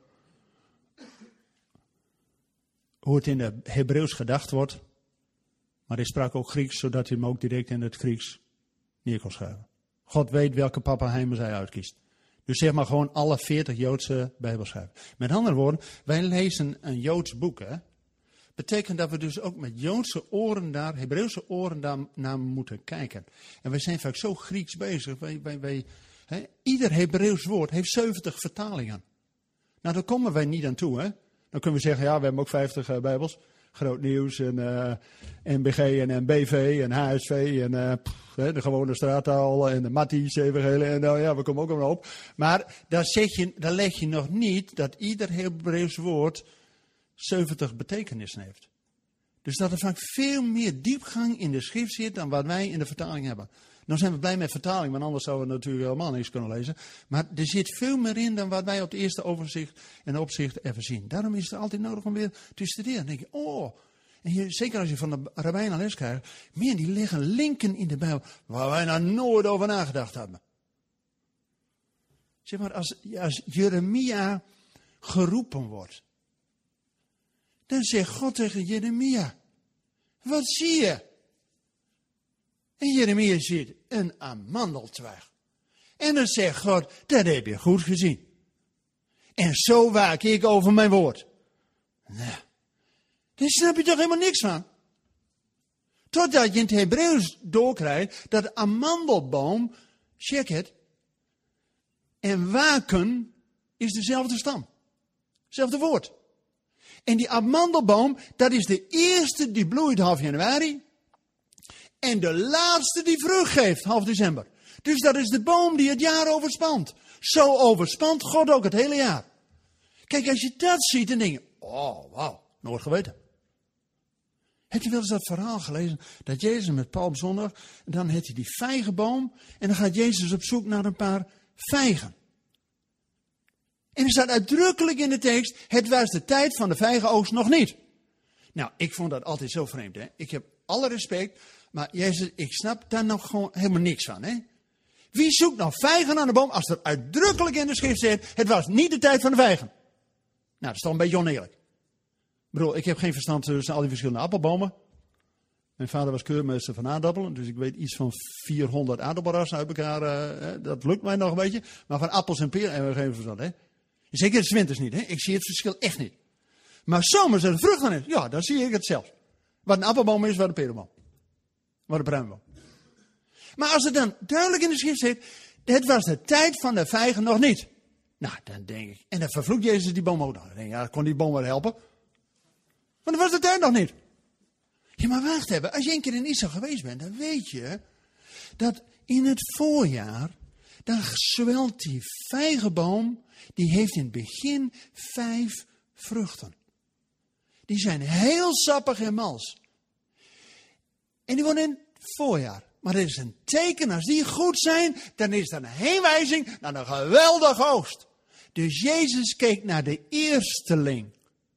S2: hoe het in het Hebreeuws gedacht wordt. Maar hij sprak ook Grieks, zodat hij hem ook direct in het Grieks neer kon schrijven. God weet welke pappenheimer hij uitkiest. Dus zeg maar gewoon alle 40 Joodse Bijbelschrijvers. Met andere woorden, wij lezen een Joods boek. Hè? Betekent dat we dus ook met Joodse oren daar, Hebreeuwse oren daar naar moeten kijken. En wij zijn vaak zo Grieks bezig. Ieder Hebreeuws woord heeft 70 vertalingen. Nou, daar komen wij niet aan toe. Hè? Dan kunnen we zeggen, ja, we hebben ook 50 Bijbels. Groot Nieuws en NBG en NBV en HSV en de gewone straattaal en de Matthijs evangelie. En nou ja, we komen ook nog op. Maar daar leg je nog niet dat ieder Hebreeuws woord 70 betekenissen heeft. Dus dat er vaak veel meer diepgang in de schrift zit dan wat wij in de vertaling hebben. Nou zijn we blij met vertaling, want anders zouden we natuurlijk helemaal niks kunnen lezen. Maar er zit veel meer in dan wat wij op het eerste overzicht en opzicht even zien. Daarom is het altijd nodig om weer te studeren. Dan denk je, en zeker als je van de rabbijnen les krijgt, die leggen linken in de Bijbel waar wij nou nooit over nagedacht hebben. Zeg maar, als Jeremia geroepen wordt, dan zegt God tegen Jeremia, wat zie je? En Jeremia ziet een amandeltwijg. En dan zegt God, dat heb je goed gezien. En zo waak ik over mijn woord. Nou, daar snap je toch helemaal niks van. Totdat je in het Hebreeuws doorkrijgt dat de amandelboom, check het, en waken is dezelfde stam. Hetzelfde woord. En die amandelboom, dat is de eerste die bloeit half januari. En de laatste die vrucht geeft, half december. Dus dat is de boom die het jaar overspant. Zo overspant God ook het hele jaar. Kijk, als je dat ziet, dan denk je, oh, wauw, nooit geweten. Heb je wel eens dat verhaal gelezen, dat Jezus met Palmzondag, en dan heeft hij die vijgenboom, en dan gaat Jezus op zoek naar een paar vijgen. En er staat uitdrukkelijk in de tekst, het was de tijd van de vijgenoogst nog niet. Nou, ik vond dat altijd zo vreemd, hè. Ik heb alle respect, maar Jezus, ik snap daar nog gewoon helemaal niks van, hè. Wie zoekt nou vijgen aan de boom als er uitdrukkelijk in de schrift staat, het was niet de tijd van de vijgen. Nou, dat is toch een beetje oneerlijk. Ik bedoel, ik heb geen verstand tussen al die verschillende appelbomen. Mijn vader was keurmeester van aardappelen, dus ik weet iets van 400 aardappelrassen uit elkaar. Dat lukt mij nog een beetje. Maar van appels en peren hebben we geen verstand, hè. Zeker het 's winters niet, hè. Ik zie het verschil echt niet. Maar zomers er vruchten is, ja, dan zie ik het zelf. Wat een appelboom is, wat een perenboom. Wat een pruimboom. Maar als het dan duidelijk in de schrift zit, het was de tijd van de vijgen nog niet. Nou, dan denk ik, en dan vervloekt Jezus die boom ook nog. Dan denk ik, ja, kon die boom wel helpen? Maar dat was de tijd nog niet. Ja, maar wacht even, als je een keer in Israël geweest bent, dan weet je dat in het voorjaar, dan zwelt die vijgenboom, die heeft in het begin 5 vruchten. Die zijn heel sappig en mals. En die worden in het voorjaar. Maar dat is een teken, als die goed zijn, dan is dat een heenwijzing naar een geweldige oogst. Dus Jezus keek naar de eersteling.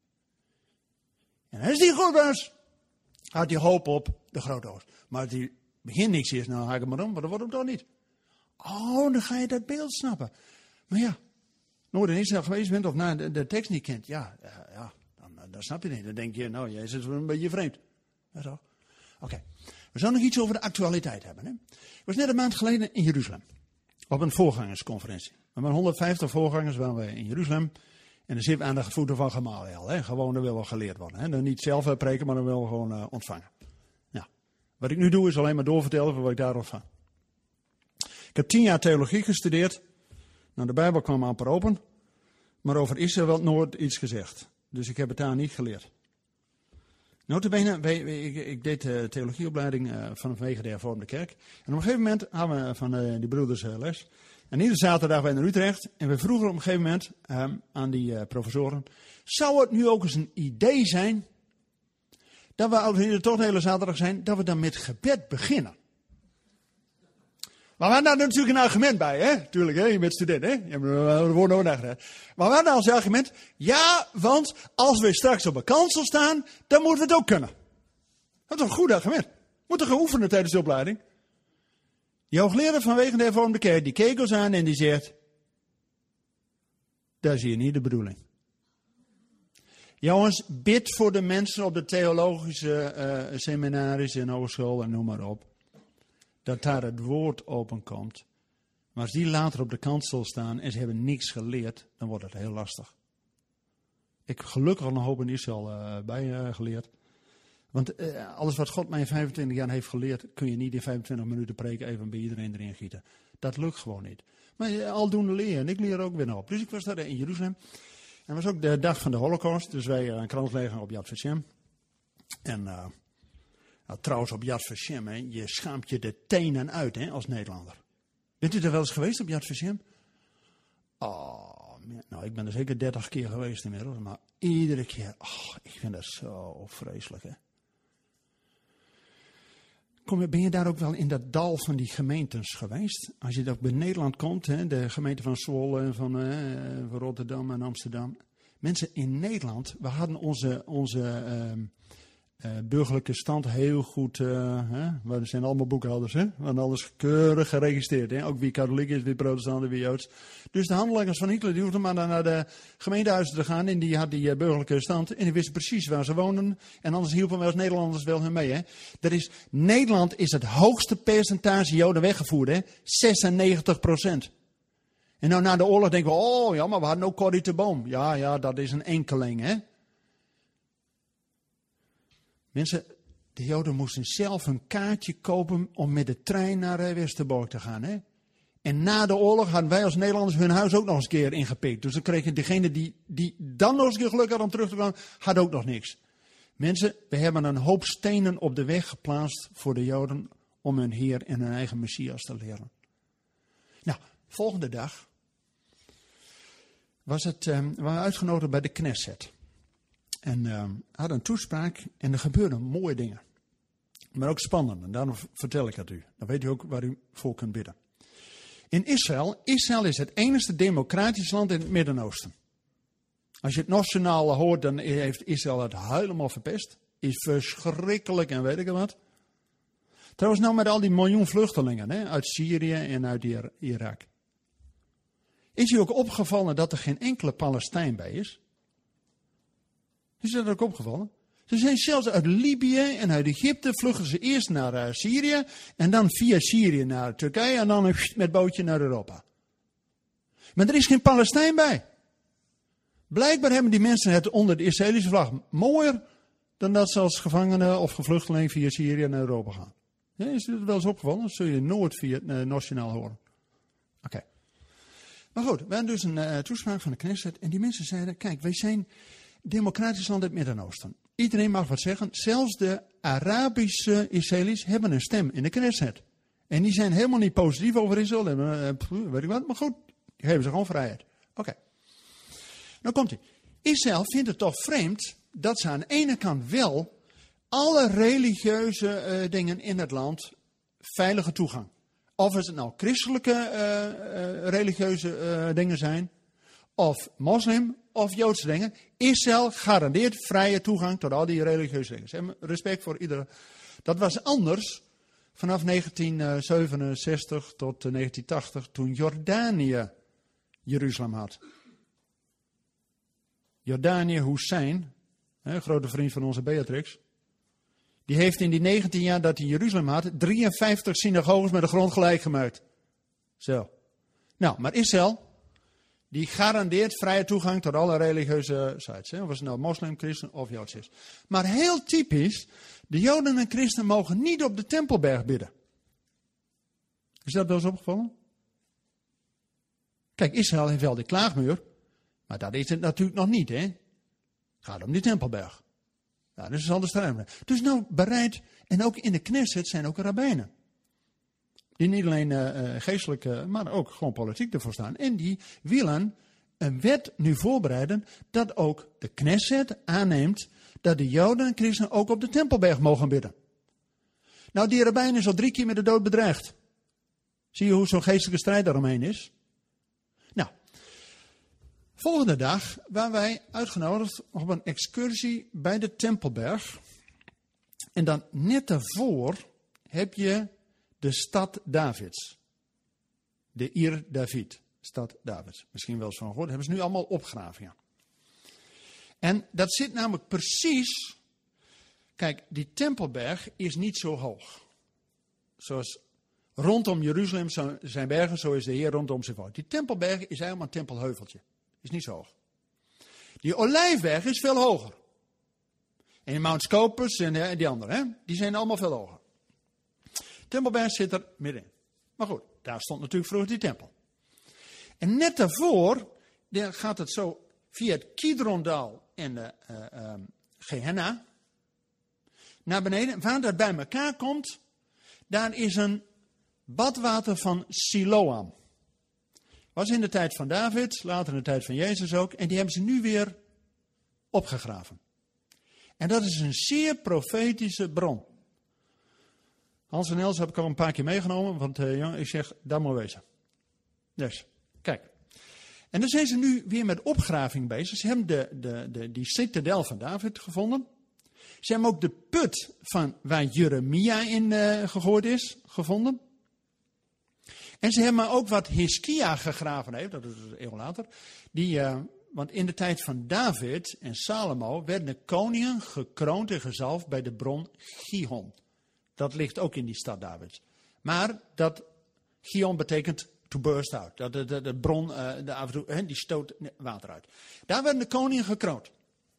S2: En als die goed was, had hij hoop op de grote oogst. Maar als die begin niks is, nou haak ik hem maar om, maar dat wordt hem toch niet. Oh, dan ga je dat beeld snappen. Maar ja, nooit in Israël geweest bent of de tekst niet kent, dan snap je niet. Dan denk je, nou, Jezus is een beetje vreemd. Ja, toch? Oké. We zullen nog iets over de actualiteit hebben. Hè? Ik was net een maand geleden in Jeruzalem. Op een voorgangersconferentie. We hebben 150 voorgangers waren we in Jeruzalem. En dan zitten we aan de voeten van Gamaliel. Hè? Gewoon, dan willen we geleerd worden. Hè? Dan niet zelf preken, maar dan willen we gewoon ontvangen. Nou, wat ik nu doe is alleen maar doorvertellen van wat ik daar ontvang. Ik heb 10 jaar theologie gestudeerd. Nou, de Bijbel kwam amper open. Maar over Israël werd nooit iets gezegd. Dus ik heb het daar niet geleerd. Notabene, ik deed de theologieopleiding vanwege de hervormde kerk. En op een gegeven moment hadden we van die broeders les. En iedere zaterdag wij naar Utrecht. En we vroegen op een gegeven moment aan die professoren. Zou het nu ook eens een idee zijn, dat we, als we hier toch de hele zaterdag zijn, dat we dan met gebed beginnen? Maar we hadden daar natuurlijk een argument bij, hè? Tuurlijk, hè? Je bent student, hè? Je hebt er woord over nagedacht. Maar we hadden als argument, ja, want als we straks op een kansel staan, dan moeten we het ook kunnen. Dat is een goed argument. We moeten gaan oefenen tijdens de opleiding. Die hoogleraar vanwege de hervormde kerk, die keek ons aan en die zegt, daar zie je niet de bedoeling. Jongens, bid voor de mensen op de theologische seminaries en hogeschool en noem maar op. Dat daar het woord openkomt. Maar als die later op de kansel staan en ze hebben niks geleerd, dan wordt het heel lastig. Ik heb gelukkig al een hoop in Israël bij geleerd. Want alles wat God mij in 25 jaar heeft geleerd, kun je niet in 25 minuten preken even bij iedereen erin gieten. Dat lukt gewoon niet. Maar aldoende leren. En ik leer ook weer op. Dus ik was daar in Jeruzalem. En het was ook de dag van de Holocaust. Dus wij een krans leggen op Yad Vashem. En nou, trouwens op Yad Vashem, hè, je schaamt je de tenen uit, hè, als Nederlander. Bent u er wel eens geweest op Yad Vashem? Oh, nou, ik ben er zeker 30 keer geweest inmiddels. Maar iedere keer, ik vind dat zo vreselijk, hè. Ben je daar ook wel in dat dal van die gemeentes geweest? Als je dat bij Nederland komt, hè, de gemeente van Zwolle en van Rotterdam en Amsterdam. Mensen in Nederland, we hadden onze burgerlijke stand heel goed. We zijn allemaal boekhouders, hè? We hadden alles keurig geregistreerd. Hè? Ook wie katholiek is, wie protestant en wie joods. Dus de handelingers van Hitler die hoefden maar naar de gemeentehuizen te gaan. En die had die burgerlijke stand. En die wisten precies waar ze woonden. En anders hielpen wij als Nederlanders wel hun mee. Hè? Nederland is het hoogste percentage Joden weggevoerd. Hè? 96%. En nou na de oorlog denken we, ja, maar we hadden ook Corrie te Boom. Ja, dat is een enkeling, hè. Mensen, de Joden moesten zelf een kaartje kopen om met de trein naar Westerbork te gaan, hè. En na de oorlog hadden wij als Nederlanders hun huis ook nog eens een keer ingepikt. Dus dan kregen degene die dan nog eens een keer geluk had om terug te komen, had ook nog niks. Mensen, we hebben een hoop stenen op de weg geplaatst voor de Joden om hun Heer en hun eigen Messias te leren. Nou, volgende dag we waren uitgenodigd bij de Knesset. En hadden een toespraak en er gebeurden mooie dingen. Maar ook spannend. En daarom vertel ik het u. Dan weet u ook waar u voor kunt bidden. In Israël is het enige democratische land in het Midden-Oosten. Als je het nationale hoort, dan heeft Israël het helemaal verpest. Is verschrikkelijk en weet ik wat. Trouwens nou met al die miljoen vluchtelingen, hè, uit Syrië en uit Irak. Is u ook opgevallen dat er geen enkele Palestijn bij is? Is dat ook opgevallen? Ze zijn zelfs uit Libië en uit Egypte vluchten ze eerst naar Syrië en dan via Syrië naar Turkije en dan met bootje naar Europa. Maar er is geen Palestijn bij. Blijkbaar hebben die mensen het onder de Israëlische vlag mooier dan dat ze als gevangenen of gevluchteling via Syrië naar Europa gaan. Ja, is het wel eens opgevallen? Dat zul je nooit via het nationaal horen. Oké. Maar goed, we hadden dus een toespraak van de Knesset en die mensen zeiden, kijk, wij zijn democratisch land in het Midden-Oosten. Iedereen mag wat zeggen. Zelfs de Arabische Israëli's hebben een stem in de Knesset. En die zijn helemaal niet positief over Israël. Weet ik wat, maar goed, die geven ze gewoon vrijheid. Oké. Nou komt ie. Israël vindt het toch vreemd dat ze aan de ene kant wel alle religieuze dingen in het land veilige toegang. Of het nou christelijke religieuze dingen zijn, of moslim, of joodse dingen. Israël garandeert vrije toegang tot al die religieuze dingen. Ze hebben respect voor iedereen. Dat was anders vanaf 1967 tot 1980, toen Jordanië Jeruzalem had. Jordanië Hussein, grote vriend van onze Beatrix, die heeft in die 19 jaar dat hij Jeruzalem had, 53 synagoges met de grond gelijk gemaakt. Zo. Nou, maar Israël, die garandeert vrije toegang tot alle religieuze sites. Of het nou moslim, christen of joods is. Maar heel typisch, de joden en christenen mogen niet op de Tempelberg bidden. Is dat wel eens opgevallen? Kijk, Israël heeft wel de klaagmuur, maar dat is het natuurlijk nog niet, hè. Het gaat om die Tempelberg. Ja, dus is al de strijd. Dus nou bereid, en ook in de Knesset zijn ook rabbijnen. Die niet alleen geestelijk, maar ook gewoon politiek ervoor staan. En die willen een wet nu voorbereiden dat ook de Knesset aanneemt dat de Joden en christenen ook op de Tempelberg mogen bidden. Nou, die rabbijn is al 3 keer met de dood bedreigd. Zie je hoe zo'n geestelijke strijd daaromheen is? Nou, volgende dag waren wij uitgenodigd op een excursie bij de Tempelberg. En dan net daarvoor heb je de stad Davids. De Ir David, stad Davids. Misschien wel eens van gehoord, hebben ze nu allemaal opgegraven. Ja. En dat zit namelijk precies. Kijk, die Tempelberg is niet zo hoog. Zoals rondom Jeruzalem zijn bergen, zo is de Heer rondom zich woont. Die Tempelberg is helemaal een tempelheuveltje. Is niet zo hoog. Die Olijfberg is veel hoger. En Mount Scopus en die andere, hè, die zijn allemaal veel hoger. Tempelberg zit er middenin. Maar goed, daar stond natuurlijk vroeger die tempel. En net daarvoor gaat het zo via het Kidrondal en de Gehenna naar beneden. Waar dat bij elkaar komt, daar is een badwater van Siloam. Was in de tijd van David, later in de tijd van Jezus ook. En die hebben ze nu weer opgegraven. En dat is een zeer profetische bron. Hans en Els heb ik al een paar keer meegenomen, want ik zeg, dat moet wezen. Dus, kijk. En dan zijn ze nu weer met opgraving bezig. Ze hebben die citadel van David gevonden. Ze hebben ook de put van waar Jeremia in gegooid is, gevonden. En ze hebben ook wat Hiskia gegraven heeft, dat is een eeuw later. Want in de tijd van David en Salomo werden de koningen gekroond en gezalfd bij de bron Gihon. Dat ligt ook in die stad David. Maar dat Gihon betekent to burst out. Dat de bron, die stoot water uit. Daar werden de koningen gekroond.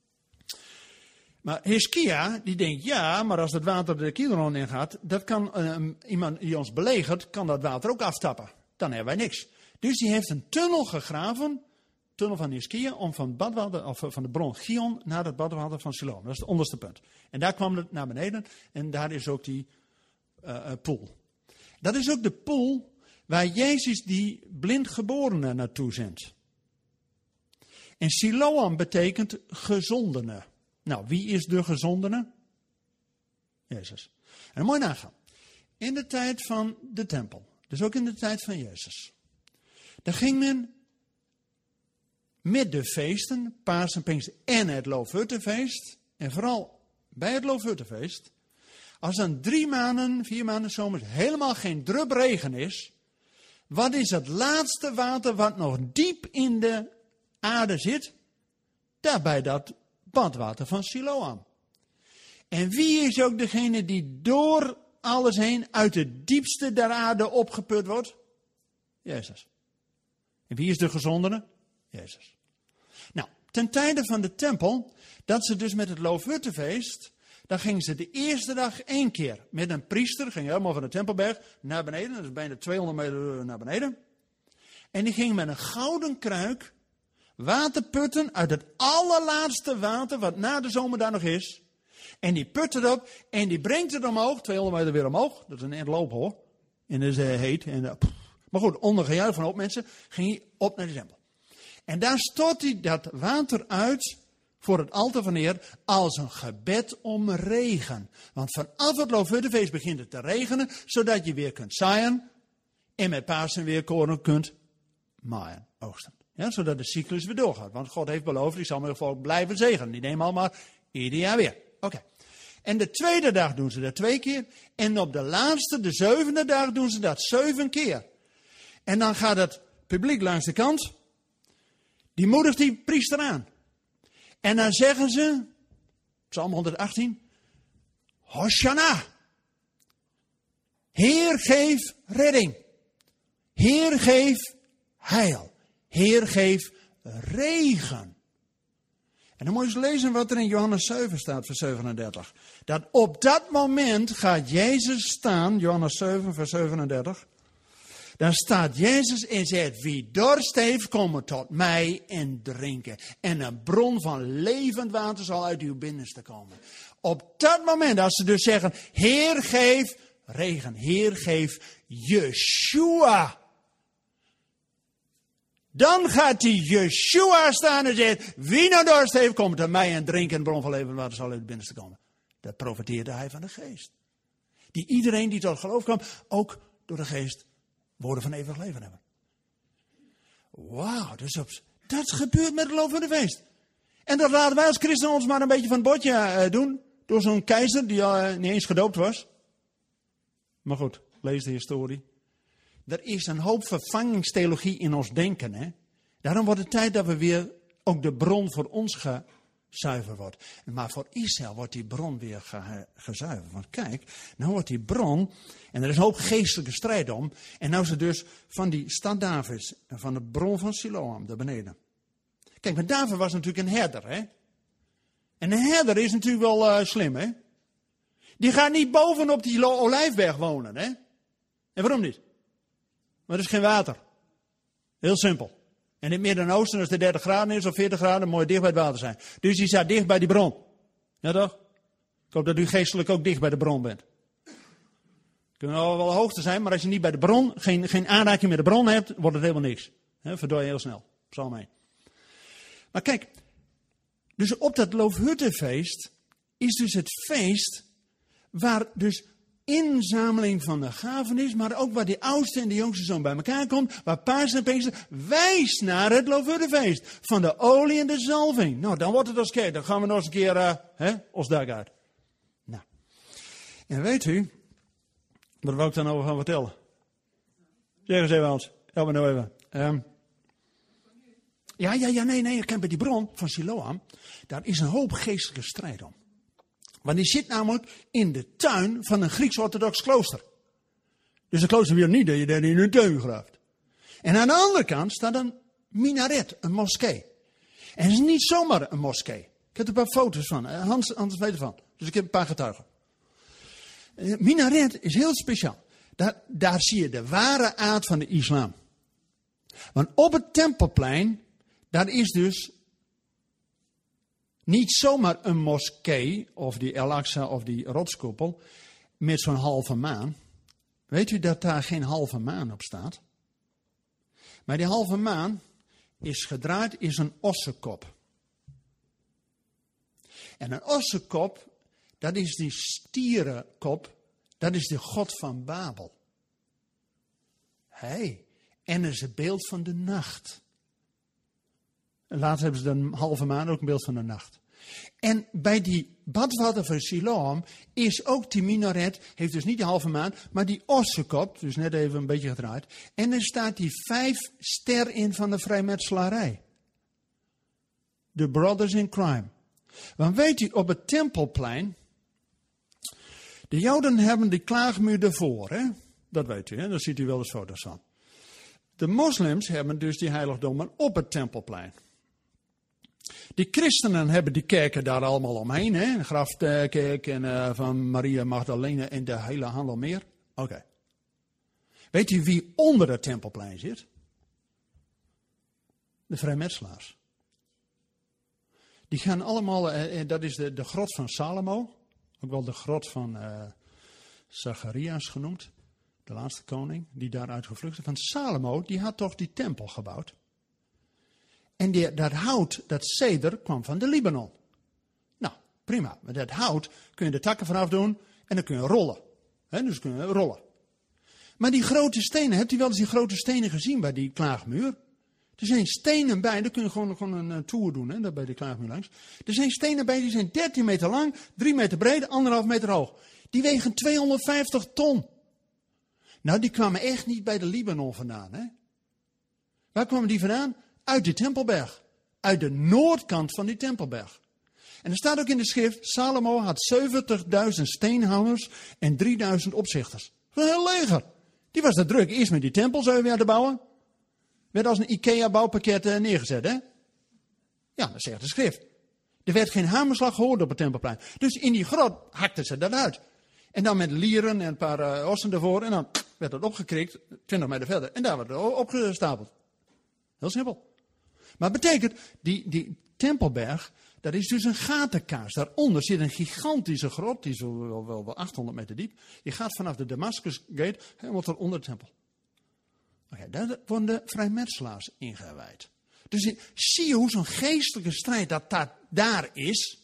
S2: Maar Hiskia, die denkt, ja, maar als het water de Kidron ingaat, dat kan iemand die ons belegert, kan dat water ook aftappen. Dan hebben wij niks. Dus die heeft een tunnel gegraven, tunnel van Hiskia, om van de bron Gihon naar het badwater van Siloam. Dat is het onderste punt. En daar kwam het naar beneden en daar is ook die poel. Dat is ook de poel waar Jezus die blindgeborene naartoe zendt. En Siloam betekent gezondene. Nou, wie is de gezondene? Jezus. En mooi nagaan. In de tijd van de tempel, dus ook in de tijd van Jezus, daar ging men met de feesten, Pasen, Pinkster en het Loofhuttenfeest, en vooral bij het Loofhuttenfeest, als dan 3 maanden, 4 maanden zomers helemaal geen drup regen is, wat is het laatste water wat nog diep in de aarde zit? Daarbij dat badwater van Siloam. En wie is ook degene die door alles heen uit het diepste der aarde opgeput wordt? Jezus. En wie is de gezondene? Jezus. Nou, ten tijde van de tempel, dat ze dus met het Loofhuttenfeest, dan gingen ze de eerste dag 1 keer met een priester, ging helemaal van de Tempelberg naar beneden, dat is bijna 200 meter naar beneden. En die ging met een gouden kruik water putten uit het allerlaatste water wat na de zomer daar nog is. En die put het op en die brengt het omhoog, 200 meter weer omhoog. Dat is een eind lopen hoor. En dat is heet. Maar goed, onder gejuich van een hoop mensen ging hij op naar de tempel. En daar stort hij dat water uit voor het altaar van de Heer als een gebed om regen. Want vanaf het Loofhuttenfeest begint het te regenen, zodat je weer kunt zaaien en met Pasen weer koren kunt maaien, oogsten. Ja, zodat de cyclus weer doorgaat. Want God heeft beloofd, ik zal mijn volk blijven zegenen. Die nemen allemaal ieder jaar weer. Oké. En de tweede dag doen ze dat 2 keer. En op de laatste, de 7e dag, doen ze dat 7 keer. En dan gaat het publiek langs de kant. Die moedigt die priester aan. En dan zeggen ze, Psalm 118, Hosanna. Heer, geef redding. Heer, geef heil. Heer, geef regen. En dan moet je eens lezen wat er in Johannes 7 staat, vers 37. Dat op dat moment gaat Jezus staan, Johannes 7, vers 37. Dan staat Jezus en zegt, wie dorst heeft, komen tot mij en drinken. En een bron van levend water zal uit uw binnenste komen. Op dat moment, als ze dus zeggen, Heer, geef regen. Heer, geef Yeshua. Dan gaat die Yeshua staan en zegt, wie nou dorst heeft, komt tot mij en drinken. En een bron van levend water zal uit uw binnenste komen. Dat profeteerde hij van de geest. Die iedereen die tot geloof kwam, ook door de geest woorden van eeuwig leven hebben. Wauw, dus dat gebeurt met het Loofhuttenfeest. En dat laten wij als christenen ons maar een beetje van het bordje doen. Door zo'n keizer die al niet eens gedoopt was. Maar goed, lees de historie. Er is een hoop vervangingstheologie in ons denken. Hè? Daarom wordt het tijd dat we weer ook de bron voor ons gezuiverd wordt. Maar voor Israël wordt die bron weer gezuiverd. Want kijk, nou wordt die bron, en er is een hoop geestelijke strijd om. En nou is het dus van die stad Davids, van de bron van Siloam, daar beneden. Kijk, maar David was natuurlijk een herder, hè. En een herder is natuurlijk wel slim, hè. Die gaat niet bovenop die olijfberg wonen, hè. En waarom niet? Maar er is geen water. Heel simpel. En in het Midden-Oosten, als het 30 graden is of 40 graden, moet je dicht bij het water zijn. Dus die staat dicht bij die bron. Ja toch? Ik hoop dat u geestelijk ook dicht bij de bron bent. Kunnen wel hoogte zijn, maar als je niet bij de bron, geen aanraking met de bron hebt, wordt het helemaal niks. Verdoor je heel snel. Psalm 1. Maar kijk, dus op dat Loofhuttenfeest is dus het feest waar dus inzameling van de gaven is, maar ook waar de oudste en de jongste zoon bij elkaar komt, waar Pasen en Pinksteren wijst naar het Loofhuttenfeest. Van de olie en de zalving. Nou, dan wordt het als kerk. Dan gaan we nog eens een keer ons dak uit. Nou, en weet u, wat wil ik dan over gaan vertellen? Zeg eens even, Hans. Help me nou even. Nee, ik ken bij die bron van Siloam, daar is een hoop geestelijke strijd om. Want die zit namelijk in de tuin van een Grieks-orthodox klooster. Dus de klooster wil niet dat je daar in een tuin graaft. En aan de andere kant staat een minaret, een moskee. En het is niet zomaar een moskee. Ik heb er een paar foto's van. Hans weet ervan. Dus ik heb een paar getuigen. Minaret is heel speciaal. Daar zie je de ware aard van de islam. Want op het Tempelplein, daar is dus niet zomaar een moskee, of die Al-Aqsa of die rotskoepel, met zo'n halve maan. Weet u dat daar geen halve maan op staat? Maar die halve maan is gedraaid, is een ossenkop. En een ossenkop, dat is die stierenkop, dat is de god van Babel. En dat is het beeld van de nacht. En later hebben ze de halve maan ook een beeld van de nacht. En bij die badwater van Siloam is ook die minaret, heeft dus niet die halve maan, maar die ossenkop, dus net even een beetje gedraaid. En er staat die 5 ster in van de vrijmetselarij. The Brothers in Crime. Want weet u, op het Tempelplein, De Joden hebben die klaagmuur ervoor, hè? Dat weet u, hè? Daar ziet u wel eens foto's van. De moslims hebben dus die heiligdommen op het Tempelplein. Die christenen hebben die kerken daar allemaal omheen, hè? De grafkerk en van Maria Magdalene en de hele handel meer. Oké. Weet u wie onder het Tempelplein zit? De vrijmetselaars. Die gaan allemaal, dat is de grot van Salomo. Ook wel de grot van Zacharias genoemd. De laatste koning die daaruit gevlucht is. Van Salomo, die had toch die tempel gebouwd. En dat hout, dat ceder, kwam van de Libanon. Nou, prima. Met dat hout kun je de takken vanaf doen en dan kun je rollen. Dus kun je rollen. Maar die grote stenen, hebt u wel eens die grote stenen gezien bij die klaagmuur? Er zijn stenen bij, daar kun je gewoon een tour doen, hè, daar bij de klaagmuur langs. Er zijn stenen bij, die zijn 13 meter lang, 3 meter breed, 1,5 meter hoog. Die wegen 250 ton. Nou, die kwamen echt niet bij de Libanon vandaan, hè. Waar kwamen die vandaan? Uit de Tempelberg. Uit de noordkant van die Tempelberg. En er staat ook in de schrift, Salomo had 70.000 steenhouwers en 3.000 opzichters. Dat is een heel leger. Die was er druk. Eerst met die tempel 7 jaar te bouwen. Werd als een IKEA-bouwpakket neergezet, hè? Ja, dat zegt de schrift. Er werd geen hamerslag gehoord op het Tempelplein. Dus in die grot hakten ze dat uit. En dan met lieren en een paar ossen ervoor. En dan werd het opgekrikt, 20 meter verder. En daar werd het opgestapeld. Heel simpel. Maar het betekent, die Tempelberg, dat is dus een gatenkaas. Daaronder zit een gigantische grot, die is wel 800 meter diep. Die gaat vanaf de Damascus Gate helemaal tot onder de tempel. Oké, daar worden de vrijmetselaars ingewijd. Dus zie je hoe zo'n geestelijke strijd dat daar is.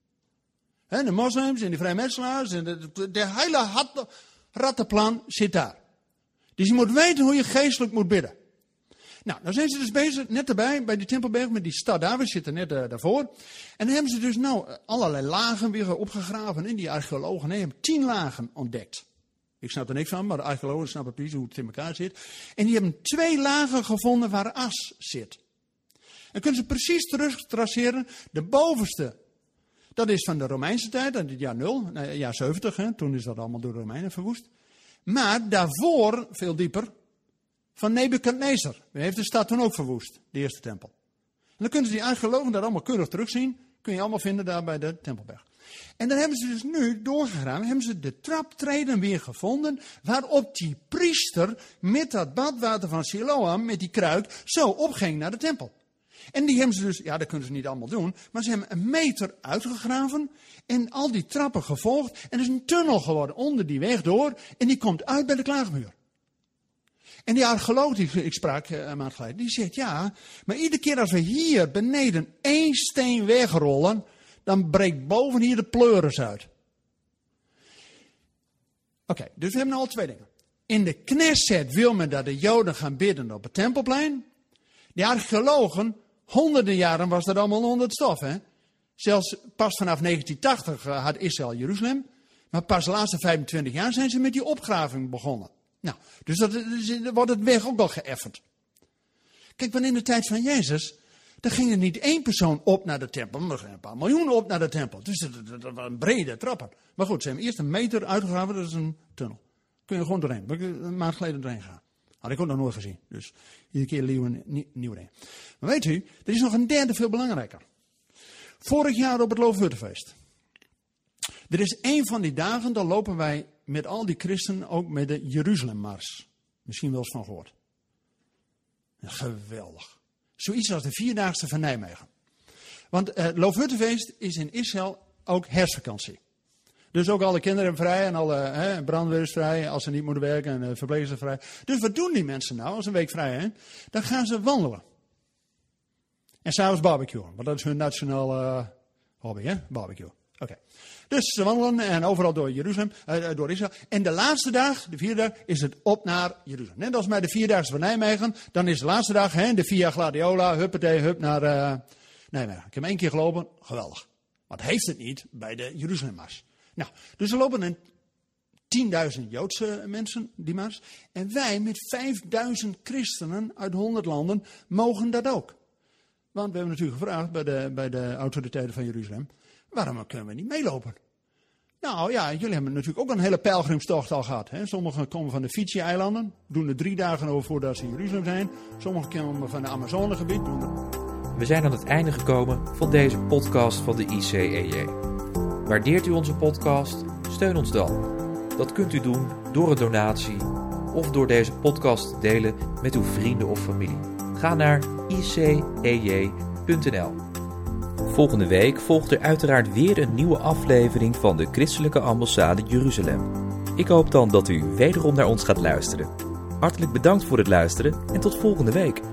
S2: De moslims en de vrijmetselaars en de hele rattenplan zit daar. Dus je moet weten hoe je geestelijk moet bidden. Nou, dan zijn ze dus bezig, net erbij, bij die Tempelberg, met die stad daar. We zitten net daarvoor. En dan hebben ze dus allerlei lagen weer opgegraven. En die archeologen hebben 10 lagen ontdekt. Ik snap er niks van, maar de archeologen snappen precies hoe het in elkaar zit. En die hebben 2 lagen gevonden waar as zit. En kunnen ze precies terug traceren. De bovenste, dat is van de Romeinse tijd, uit het jaar 0, jaar 70. Hè, toen is dat allemaal door de Romeinen verwoest. Maar daarvoor, veel dieper, van Nebukadnezar. Wie heeft de stad toen ook verwoest, de eerste tempel. En dan kunnen ze die archeologen daar allemaal keurig terugzien. Kun je allemaal vinden daar bij de Tempelberg. En dan hebben ze dus nu doorgegaan, hebben ze de traptreden weer gevonden, waarop die priester met dat badwater van Siloam, met die kruik, zo opging naar de tempel. En die hebben ze dus, ja dat kunnen ze niet allemaal doen, maar ze hebben 1 meter uitgegraven en al die trappen gevolgd. En er is een tunnel geworden onder die weg door en die komt uit bij de klaagmuur. En die archeoloog die ik sprak een maand geleden, die zegt ja, maar iedere keer als we hier beneden 1 steen wegrollen, dan breekt boven hier de pleuris uit. Oké, dus we hebben al 2 dingen. In de Knesset wil men dat de Joden gaan bidden op het Tempelplein. De archeologen, honderden jaren was dat allemaal onder het stof. Hè? Zelfs pas vanaf 1980 had Israël Jeruzalem. Maar pas de laatste 25 jaar zijn ze met die opgraving begonnen. Nou, dus dan wordt het weg ook wel geëffend. Kijk, want in de tijd van Jezus, dan ging er niet 1 persoon op naar de tempel, maar er gingen een paar miljoen op naar de tempel. Dus dat waren brede trappen. Maar goed, ze hebben eerst 1 meter uitgegraven, dat is een tunnel. Kun je gewoon doorheen. Ben ik een maand geleden doorheen gaan. Had ik ook nog nooit gezien. Dus iedere keer nieuw ding. Maar weet u, er is nog een derde veel belangrijker. Vorig jaar op het Loofhuttenfeest. Er is 1 van die dagen, dan lopen wij met al die christenen ook met de Jeruzalemmars. Misschien wel eens van gehoord. Geweldig. Zoiets als de 4-daagse van Nijmegen. Want het Loofhuttenfeest is in Israël ook herfstvakantie. Dus ook alle kinderen vrij en alle brandweer is vrij als ze niet moeten werken en verplegers vrij. Dus wat doen die mensen nou als een week vrij zijn? Dan gaan ze wandelen. En s'avonds barbecuen, want dat is hun nationale hobby, hè? Barbecue. Oké. Dus ze wandelen en overal door Jeruzalem, door Israël. En de laatste dag, de 4e dag, is het op naar Jeruzalem. Net als bij de 4-daagse van Nijmegen, dan is de laatste dag, de Via Gladiola, huppatee, hup naar Nijmegen. Ik heb 1 keer gelopen, geweldig. Wat heeft het niet bij de Jeruzalemmars? Nou, dus er lopen een 10.000 Joodse mensen, die mars. En wij met 5.000 christenen uit 100 landen mogen dat ook. Want we hebben natuurlijk gevraagd bij de autoriteiten van Jeruzalem, waarom kunnen we niet meelopen? Nou ja, jullie hebben natuurlijk ook een hele pelgrimstocht al gehad. Hè? Sommigen komen van de Fiji-eilanden, doen er 3 dagen over voordat ze in Jeruzalem zijn. Sommigen komen van het Amazonegebied.
S1: We zijn aan het einde gekomen van deze podcast van de ICEJ. Waardeert u onze podcast? Steun ons dan. Dat kunt u doen door een donatie of door deze podcast te delen met uw vrienden of familie. Ga naar icej.nl. Volgende week volgt er uiteraard weer een nieuwe aflevering van de Christelijke Ambassade Jeruzalem. Ik hoop dan dat u wederom naar ons gaat luisteren. Hartelijk bedankt voor het luisteren en tot volgende week.